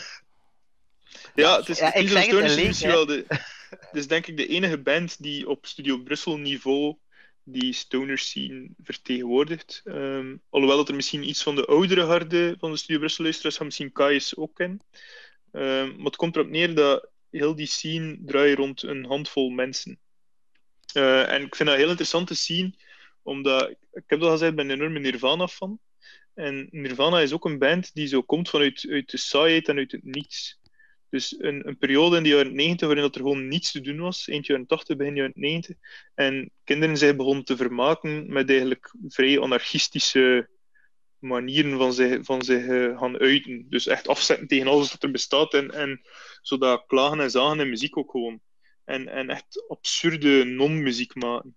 Ja, het is Ja, ik Queens of the zeg het, Stone Age een is leek, misschien hè. wel het is denk ik de enige band die op Studio Brussel niveau die stoner scene vertegenwoordigt. Alhoewel dat er misschien iets van de oudere harde van de Studio Brussel luisteraars gaan misschien Kaius ook kennen. Maar het komt erop neer dat heel die scene draait rond een handvol mensen. En ik vind dat heel interessant te zien, omdat ik heb al gezegd, ik ben een enorme Nirvana-fan. En Nirvana is ook een band die zo komt uit de saaiheid en uit het niets. Dus een periode in de jaren 90 waarin dat er gewoon niets te doen was, eind jaren 80, begin jaren 90. En kinderen zich begonnen te vermaken met eigenlijk vrij anarchistische manieren van zich gaan uiten. Dus echt afzetten tegen alles wat er bestaat en zodat klagen en zagen in muziek ook gewoon. En echt absurde non-muziek maken.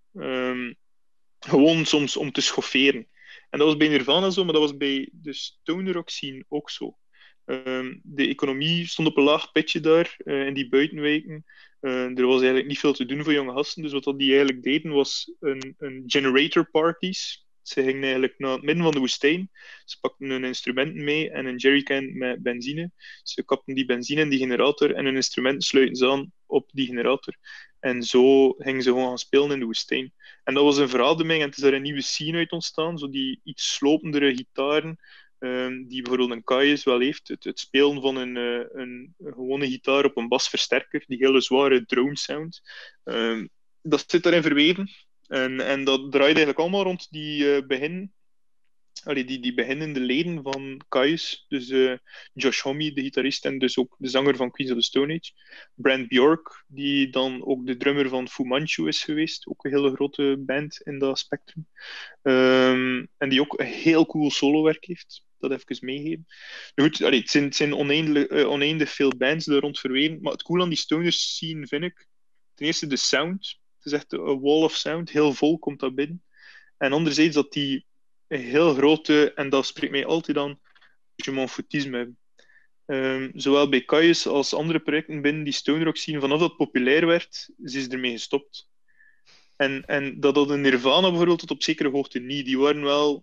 Gewoon soms om te schofferen. En dat was bij Nirvana zo, maar dat was bij de stoner rock scene ook zo. De economie stond op een laag pitje daar, in die buitenwijken. Er was eigenlijk niet veel te doen voor jonge gasten, dus wat die eigenlijk deden was een generator parties. Ze gingen eigenlijk naar het midden van de woestijn. Ze pakten hun instrumenten mee en een jerrycan met benzine. Ze kapten die benzine in die generator en hun instrumenten sluiten ze aan op die generator. En zo gingen ze gewoon gaan spelen in de woestijn. En dat was een verademing en het is daar een nieuwe scene uit ontstaan. Zo die iets slopendere gitaren, die bijvoorbeeld een Kaius wel heeft. Het spelen van een gewone gitaar op een basversterker, die hele zware drone sound. Dat zit daarin verweven. En dat draait eigenlijk allemaal rond die begin die beginnende leden van Caius, dus Josh Homme, de gitarist en dus ook de zanger van Queens of the Stone Age. Brent Bjork, die dan ook de drummer van Fu Manchu is geweest, ook een hele grote band in dat spectrum. En die ook een heel cool solowerk heeft. Dat even meegeven. Nu goed, het zijn oneindig veel bands daar rond verweven, maar het cool aan die stoners scene vind ik ten eerste de sound. Het is echt een wall of sound, heel vol komt dat binnen. En anderzijds dat die een heel grote, en dat spreekt mij altijd aan, je m'en foutisme hebben. Zowel bij Caius als andere projecten binnen die stoner scene, vanaf dat het populair werd, is ermee gestopt. En dat in Nirvana bijvoorbeeld tot op zekere hoogte niet. Die waren wel,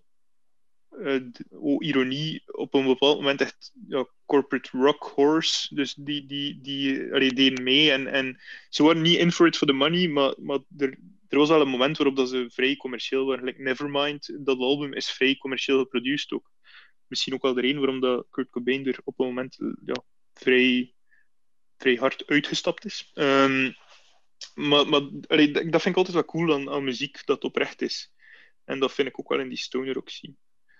ironie, op een bepaald moment echt corporate rock horse. Dus die deden mee. En ze waren niet in for it for the money, maar er was wel een moment waarop dat ze vrij commercieel waren. Like Nevermind, dat album is vrij commercieel geproduceerd ook. Misschien ook wel de reden waarom dat Kurt Cobain er op een moment vrij hard uitgestapt is. Maar dat vind ik altijd wel cool aan muziek, dat oprecht is. En dat vind ik ook wel in die stoner ook zien.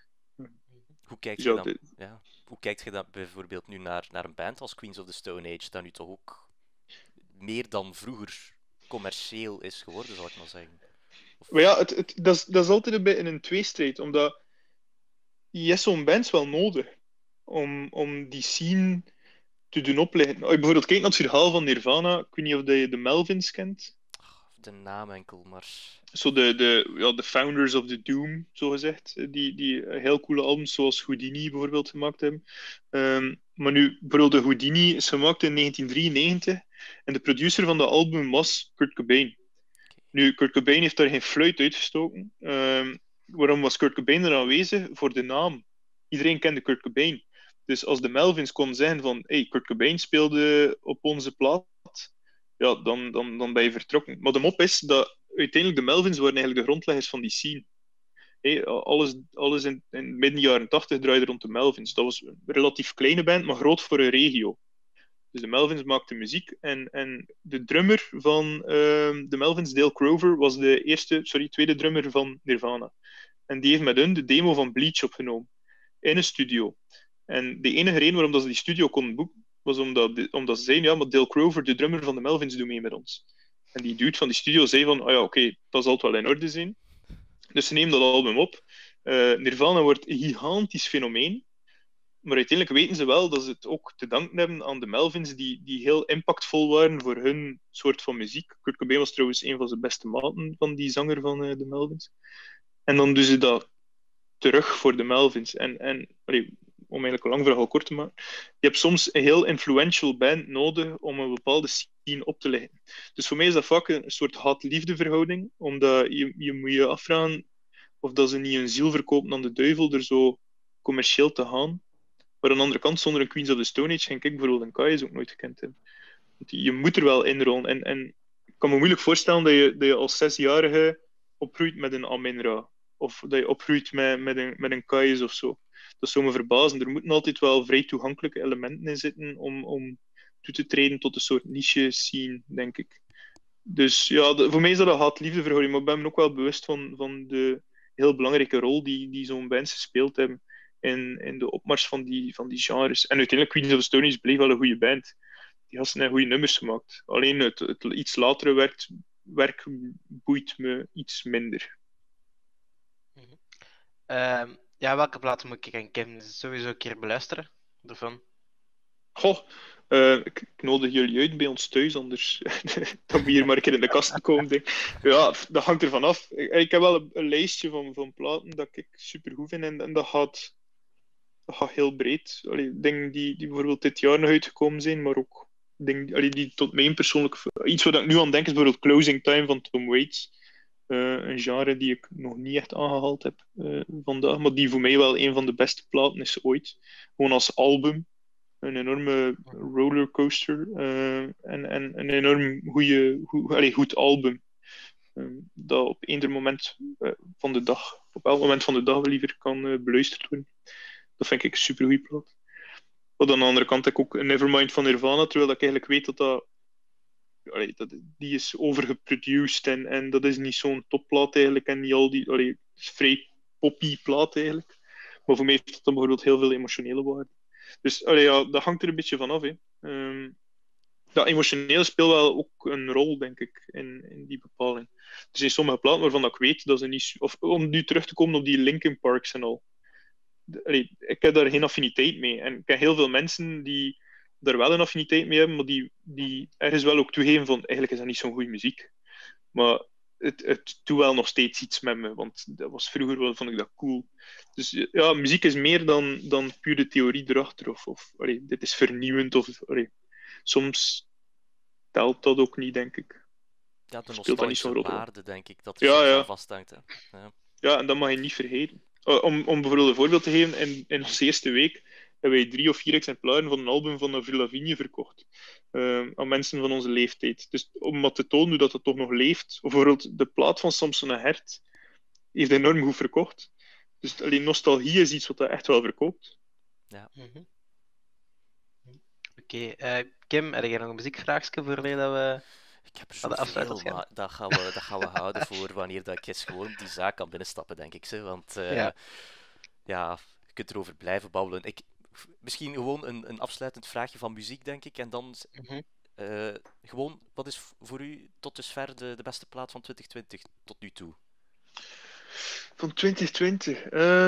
Hoe kijkt je dan bijvoorbeeld nu naar een band als Queens of the Stone Age, dat nu toch ook meer dan vroeger commercieel is geworden, zal ik maar zeggen? Maar ja, dat is altijd een beetje een tweestrijd, omdat je hebt zo'n bands wel nodig om die scene te doen opleggen. Als je bijvoorbeeld kijkt naar het verhaal van Nirvana, ik weet niet of je de Melvins kent. De naam enkel, maar... Zo de founders of the Doom, zogezegd. Die heel coole albums zoals Houdini bijvoorbeeld gemaakt hebben. Maar nu, bijvoorbeeld de Houdini is gemaakt in 1993 en de producer van dat album was Kurt Cobain. Nu, Kurt Cobain heeft daar geen fluit uitgestoken. Waarom was Kurt Cobain er aanwezig? Voor de naam. Iedereen kende Kurt Cobain. Dus als de Melvins konden zeggen van hey, Kurt Cobain speelde op onze plaat, ja, dan ben je vertrokken. Maar de mop is dat uiteindelijk de Melvins waren eigenlijk de grondleggers van die scene. Hey, alles in midden jaren 80 draaide rond de Melvins. Dat was een relatief kleine band, maar groot voor een regio. Dus de Melvins maakten muziek en de drummer van de Melvins, Dale Crover, was de tweede drummer van Nirvana. En die heeft met hun de demo van Bleach opgenomen. In een studio. En de enige reden waarom dat ze die studio konden boeken, was omdat ze zeiden, ja, maar Dale Crover, de drummer van de Melvins, doet mee met ons. En die dude van die studio zei van, oké, dat zal het wel in orde zijn. Dus ze nemen dat album op. Nirvana wordt een gigantisch fenomeen. Maar uiteindelijk weten ze wel dat ze het ook te danken hebben aan de Melvins, die heel impactvol waren voor hun soort van muziek. Kurt Cobain was trouwens een van zijn beste maten van die zanger van de Melvins. En dan doen ze dat terug voor de Melvins. Om eigenlijk een lang verhaal kort te maken, je hebt soms een heel influential band nodig om een bepaalde scene op te leggen. Dus voor mij is dat vaak een soort haat-liefde verhouding, omdat je moet je afvragen of dat ze niet hun ziel verkopen aan de duivel door zo commercieel te gaan. Maar aan de andere kant, zonder een Queens of the Stone Age, denk ik bijvoorbeeld een Kaius ook nooit gekend hebben. Want je moet er wel inrollen. En ik kan me moeilijk voorstellen dat je als 6-jarige opgroeit met een Amin-Ra. Of dat je opgroeit met een Kaius of zo. Dat zou me verbazen. Er moeten altijd wel vrij toegankelijke elementen in zitten om toe te treden tot een soort niche scene, denk ik. Dus ja, voor mij is dat een haat-liefde verhouding. Maar ik ben me ook wel bewust van de heel belangrijke rol die zo'n bands gespeeld hebben in de opmars van die genres. En uiteindelijk, Queens of the Stone Age bleef wel een goede band. Die gasten hebben goede nummers gemaakt. Alleen het iets latere werk boeit me iets minder. Welke platen moet ik aan Kim sowieso een keer beluisteren? Ervan? Goh, ik nodig jullie uit bij ons thuis, anders dan we hier maar een keer in de kast komen. Ja, dat hangt ervan af. Ik heb wel een lijstje van platen dat ik super goed vind en dat gaat heel breed. Dingen die bijvoorbeeld dit jaar nog uitgekomen zijn, maar ook dingen die tot mijn persoonlijk... Iets wat ik nu aan denk is bijvoorbeeld Closing Time van Tom Waits. Een genre die ik nog niet echt aangehaald heb vandaag, maar die voor mij wel een van de beste platen is ooit. Gewoon als album. Een enorme rollercoaster en een enorm goed album. Dat op eender moment van de dag, op elk moment van de dag liever kan beluisterd worden. Dat vind ik een super goede plaat. Maar aan de andere kant heb ik ook Nevermind van Nirvana, terwijl ik eigenlijk weet dat die is overgeproduced en dat is niet zo'n topplaat eigenlijk en niet al die... het is vrij poppy plaat eigenlijk. Maar voor mij heeft het dan bijvoorbeeld heel veel emotionele waarde. Dus ja, dat hangt er een beetje van af. Hè. Dat emotionele speelt wel ook een rol, denk ik, in die bepaling. Er zijn sommige platen waarvan ik weet dat ze niet... Of om nu terug te komen op die Linkin Parks en al. Ik heb daar geen affiniteit mee. En ik ken heel veel mensen die daar wel een affiniteit mee hebben, maar die ergens wel ook toegeven van eigenlijk is dat niet zo'n goede muziek. Maar het doet wel nog steeds iets met me, want dat was vroeger wel, vond ik dat cool. Dus ja, muziek is meer dan puur de theorie erachter. Dit is vernieuwend. Soms telt dat ook niet, denk ik. Ja, de Speelt dat niet zo'n nostalgische grote rol. waarde, denk ik, dat er Ja, soms ja. aan vasthangt. Hè. Ja. Ja, en dat mag je niet vergeten. Om bijvoorbeeld een voorbeeld te geven, in onze eerste week hebben wij 3 of 4 exemplaren van een album van Avril Lavigne verkocht. Aan mensen van onze leeftijd. Dus om wat te tonen hoe dat het toch nog leeft. Of bijvoorbeeld de plaat van Samson en Gert heeft enorm goed verkocht. Dus alleen nostalgie is iets wat dat echt wel verkoopt. Mhm. Oké, Kim, heb jij nog een muziekvraagje voor mij dat we... Ik heb er Aan de zoveel, afsluiterscherm. maar dat gaan we houden voor wanneer dat ik eens gewoon die zaak kan binnenstappen, denk ik. Want Ja. ja, je kunt erover blijven babbelen. Misschien gewoon een afsluitend vraagje van muziek, denk ik. En dan Mhm. gewoon, wat is voor u tot dusver de beste plaat van 2020 tot nu toe? Van 2020.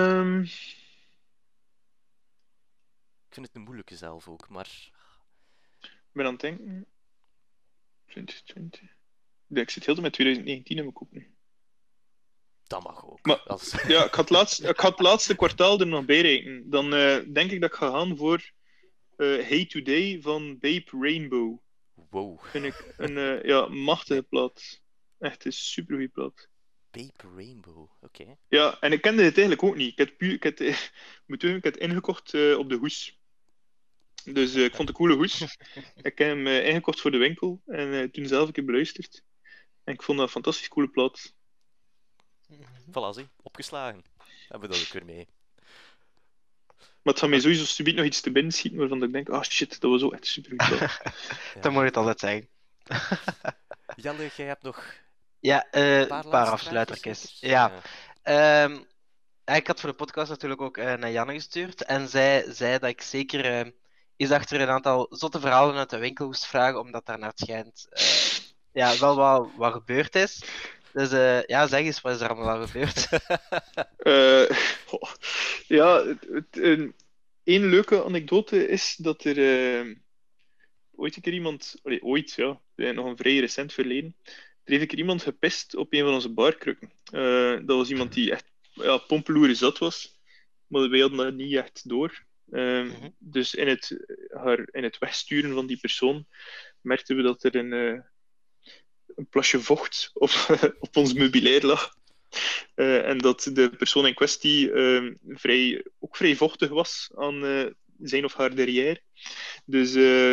Ik vind het een moeilijke zelf ook, maar Ik ben aan het denken. 2020. Ja, ik zit heel de met 2019 in mijn kop nu. dat mag ook. Maar- Ja, ik ga het laatste kwartaal er nog bij rekenen. Dan denk ik dat ik ga gaan voor Hey Today van Babe Rainbow. Wow, Vind ik een machtige plaat. Echt een supergoeie plaat. Babe Rainbow, oké. Ja, en ik kende het eigenlijk ook niet. Ik heb het ingekocht op de hoes. Dus ik vond het een coole hoes. Ik heb hem ingekocht voor de winkel en toen zelf een keer beluisterd. En ik vond dat een fantastisch coole plaat. Voilà, zie, opgeslagen. Hebben we dat ook weer mee. Maar het gaat mij sowieso subiet nog iets te binnen schieten waarvan ik denk, ah shit, dat was ook echt super goed. Ja. Dat moet je het altijd zeggen. Jelle, jij hebt nog Ja, een een paar laatste afsluitertjes. vraagjes, Ja. Ik had voor de podcast natuurlijk ook naar Janne gestuurd. En zij zei dat ik zeker eens achter een aantal zotte verhalen uit de winkel moest vragen, omdat daar naar het schijnt wel wat gebeurd is. Dus ja, zeg eens, wat is er allemaal al gebeurd? Ja, één leuke anekdote is dat er ooit een keer iemand... nog een vrij recent verleden. Er heeft een keer iemand gepist op een van onze barkrukken. Dat was iemand die echt pompeloeren zat was. Maar wij hadden dat niet echt door. Dus in het wegsturen van die persoon merkten we dat er een plasje vocht op ons meubilair lag. En dat de persoon in kwestie ook vrij vochtig was aan zijn of haar derrière. Dus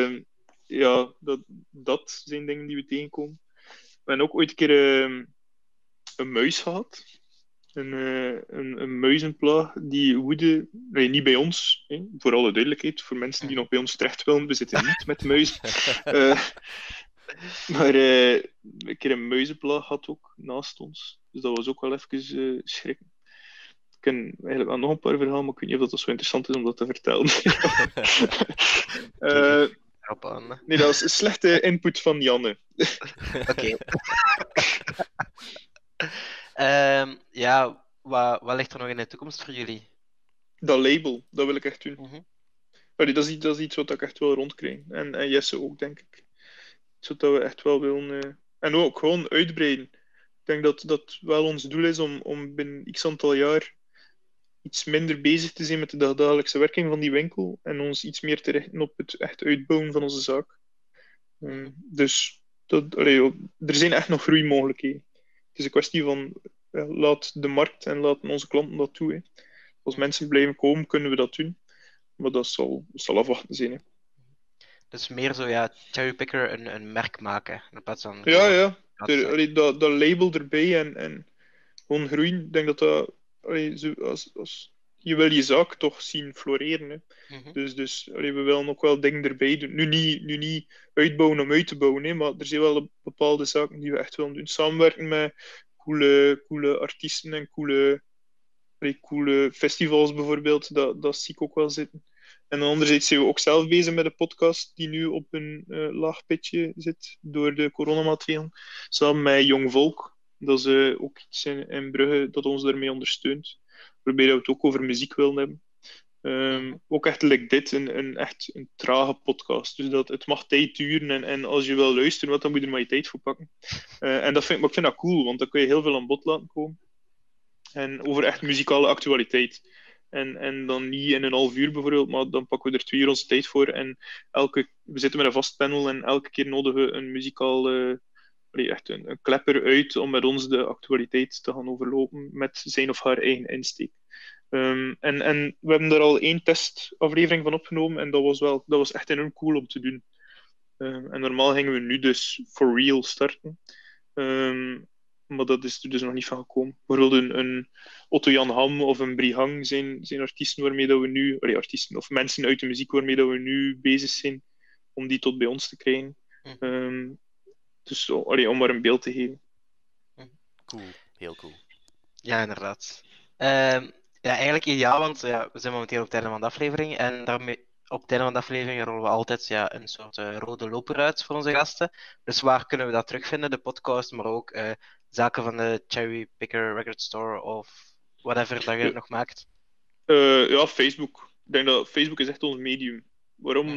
dat zijn dingen die we tegenkomen. We hebben ook ooit een keer een muis gehad. Een muizenplaag die woedde, nee, niet bij ons, hè, voor alle duidelijkheid, voor mensen die nog bij ons terecht willen, we zitten niet met muizen. Maar een keer een muizenplaag had ook naast ons, dus dat was ook wel even schrikken. Ik ken eigenlijk wel nog een paar verhalen, maar ik weet niet of dat zo interessant is om dat te vertellen. Nee, dat was een slechte input van Janne. Oké. Ja, wat ligt er nog in de toekomst voor jullie? Dat label, dat wil ik echt doen. Mhm. Dat is iets wat ik echt wel rondkrijg. En Jesse ook, denk ik. Iets wat we echt wel willen... En ook gewoon uitbreiden. Ik denk dat dat wel ons doel is om binnen x aantal jaar iets minder bezig te zijn met de dagelijkse werking van die winkel en ons iets meer te richten op het echt uitbouwen van onze zaak. Dus er zijn echt nog groeimogelijkheden. Het is een kwestie van laat de markt en laten onze klanten dat toe. Hè. Als mensen blijven komen, kunnen we dat doen. Maar dat zal afwachten zijn. Hè. Dus meer zo, ja, cherrypicker een merk maken. In plaats van Ja. gewoon Dat label erbij en gewoon groeien. Ik denk dat als je wil je zaak toch zien floreren. Hè. Dus we willen ook wel dingen erbij doen. Nu niet uitbouwen om uit te bouwen, hè, maar er zijn wel bepaalde zaken die we echt willen doen. Samenwerken met coole artiesten en coole coole festivals bijvoorbeeld, dat zie ik ook wel zitten. En anderzijds zijn we ook zelf bezig met een podcast die nu op een laag pitje zit door de coronamaatregelen. Samen met Jong Volk. Dat is ook iets in Brugge dat ons daarmee ondersteunt. Waarbij we het ook over muziek willen hebben. Ook echt like dit, echt een trage podcast. Dus het mag tijd duren en als je wil luisteren, dan moet je er maar je tijd voor pakken. En maar ik vind dat cool, want dan kun je heel veel aan bod laten komen. En over echt muzikale actualiteit. En dan niet in een half uur bijvoorbeeld, maar dan pakken we er 2 uur onze tijd voor. En we zitten met een vast panel en elke keer nodigen we een muzikaal, echt een klepper uit om met ons de actualiteit te gaan overlopen met zijn of haar eigen insteek. En we hebben er al 1 testaflevering van opgenomen en dat was echt enorm cool om te doen. En normaal gingen we nu dus for real starten. Maar dat is er dus nog niet van gekomen. Bijvoorbeeld een Otto-Jan Ham of een Brihang zijn artiesten waarmee dat we nu... artiesten of mensen uit de muziek waarmee dat we nu bezig zijn om die tot bij ons te krijgen. Dus om maar een beeld te geven. Cool, heel cool. Ja, inderdaad. Ja, eigenlijk ideaal, want we zijn momenteel op het einde van de aflevering. En daarmee, op het einde van de aflevering rollen we altijd een soort rode loper uit voor onze gasten. Dus waar kunnen we dat terugvinden? De podcast, maar ook zaken van de Cherry Picker Record Store of whatever dat je nog maakt. Ja, Facebook. Ik denk dat Facebook is echt ons medium. Waarom?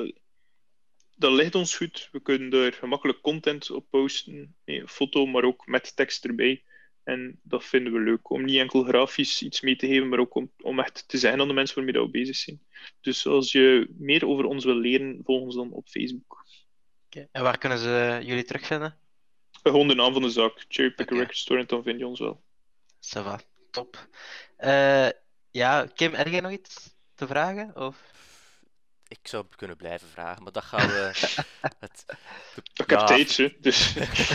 Dat ligt ons goed. We kunnen er gemakkelijk content op posten. Een foto, maar ook met tekst erbij. En dat vinden we leuk. Om niet enkel grafisch iets mee te geven, maar ook om echt te zijn aan de mensen waarmee we bezig zijn. Dus als je meer over ons wil leren, volg ons dan op Facebook. Okay. En waar kunnen ze jullie terugvinden? Gewoon de naam van de zaak. Cherry Picker Record Store, en dan vind je ons wel. Ça va, top. Ja, Kim, heb jij nog iets te vragen? Of? Ik zou kunnen blijven vragen, maar dat gaan we... Ik heb tijd, hè. Dus...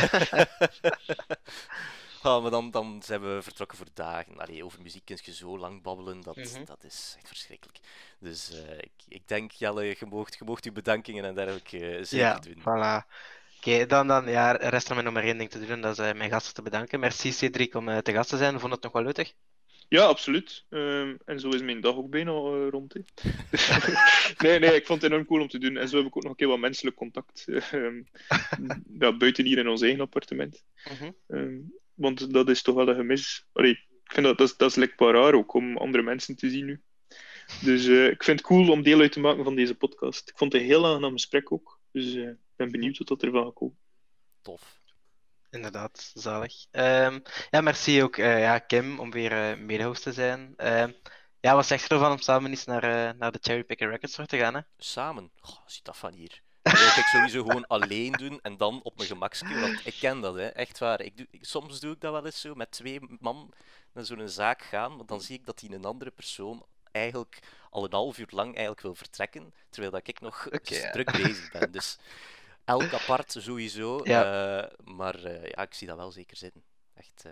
maar dan zijn we vertrokken voor dagen. Allee, over muziek kun je zo lang babbelen, dat is echt verschrikkelijk. Dus ik denk, Jelle, je moogt uw bedankingen en dergelijke zeker doen. Voilà. Oké, dan rest er mij nog maar 1 ding te doen, dat is mijn gasten te bedanken. Merci Cedric om te gast te zijn, vond het nog wel nuttig? Ja, absoluut. En zo is mijn dag ook bijna rond. Nee, ik vond het enorm cool om te doen. En zo heb ik ook nog een keer wat menselijk contact. Buiten hier in ons eigen appartement. Want dat is toch wel een gemis. Allee, ik vind dat is lekker raar ook, om andere mensen te zien nu. Dus ik vind het cool om deel uit te maken van deze podcast. Ik vond het een heel aangenaam gesprek ook. Dus ik ben benieuwd wat dat ervan gaat komen. Tof. Inderdaad, zalig. Merci ook Kim om weer mede-host te zijn. Wat zegt je ervan om samen eens naar de Cherry Picker Record Store te gaan? Hè? Samen? Ziet dat van hier. Dat wil ik sowieso gewoon alleen doen en dan op mijn gemakje, want ik ken dat, hè. Echt waar. Soms doe ik dat wel eens zo, met 2 man naar zo'n zaak gaan, want dan zie ik dat die een andere persoon eigenlijk al een half uur lang eigenlijk wil vertrekken, terwijl dat ik nog druk bezig ben. Dus elk apart sowieso, maar ik zie dat wel zeker zitten. Echt,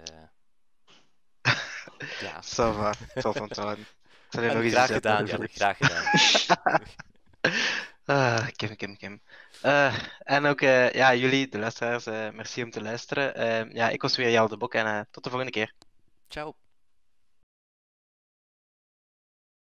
ja. Ça va, tot onthouden. Graag gedaan, Jelle, graag gedaan. Kim. En ook jullie, de luisteraars, merci om te luisteren. Ik was weer Jelle de Bok en tot de volgende keer. Ciao.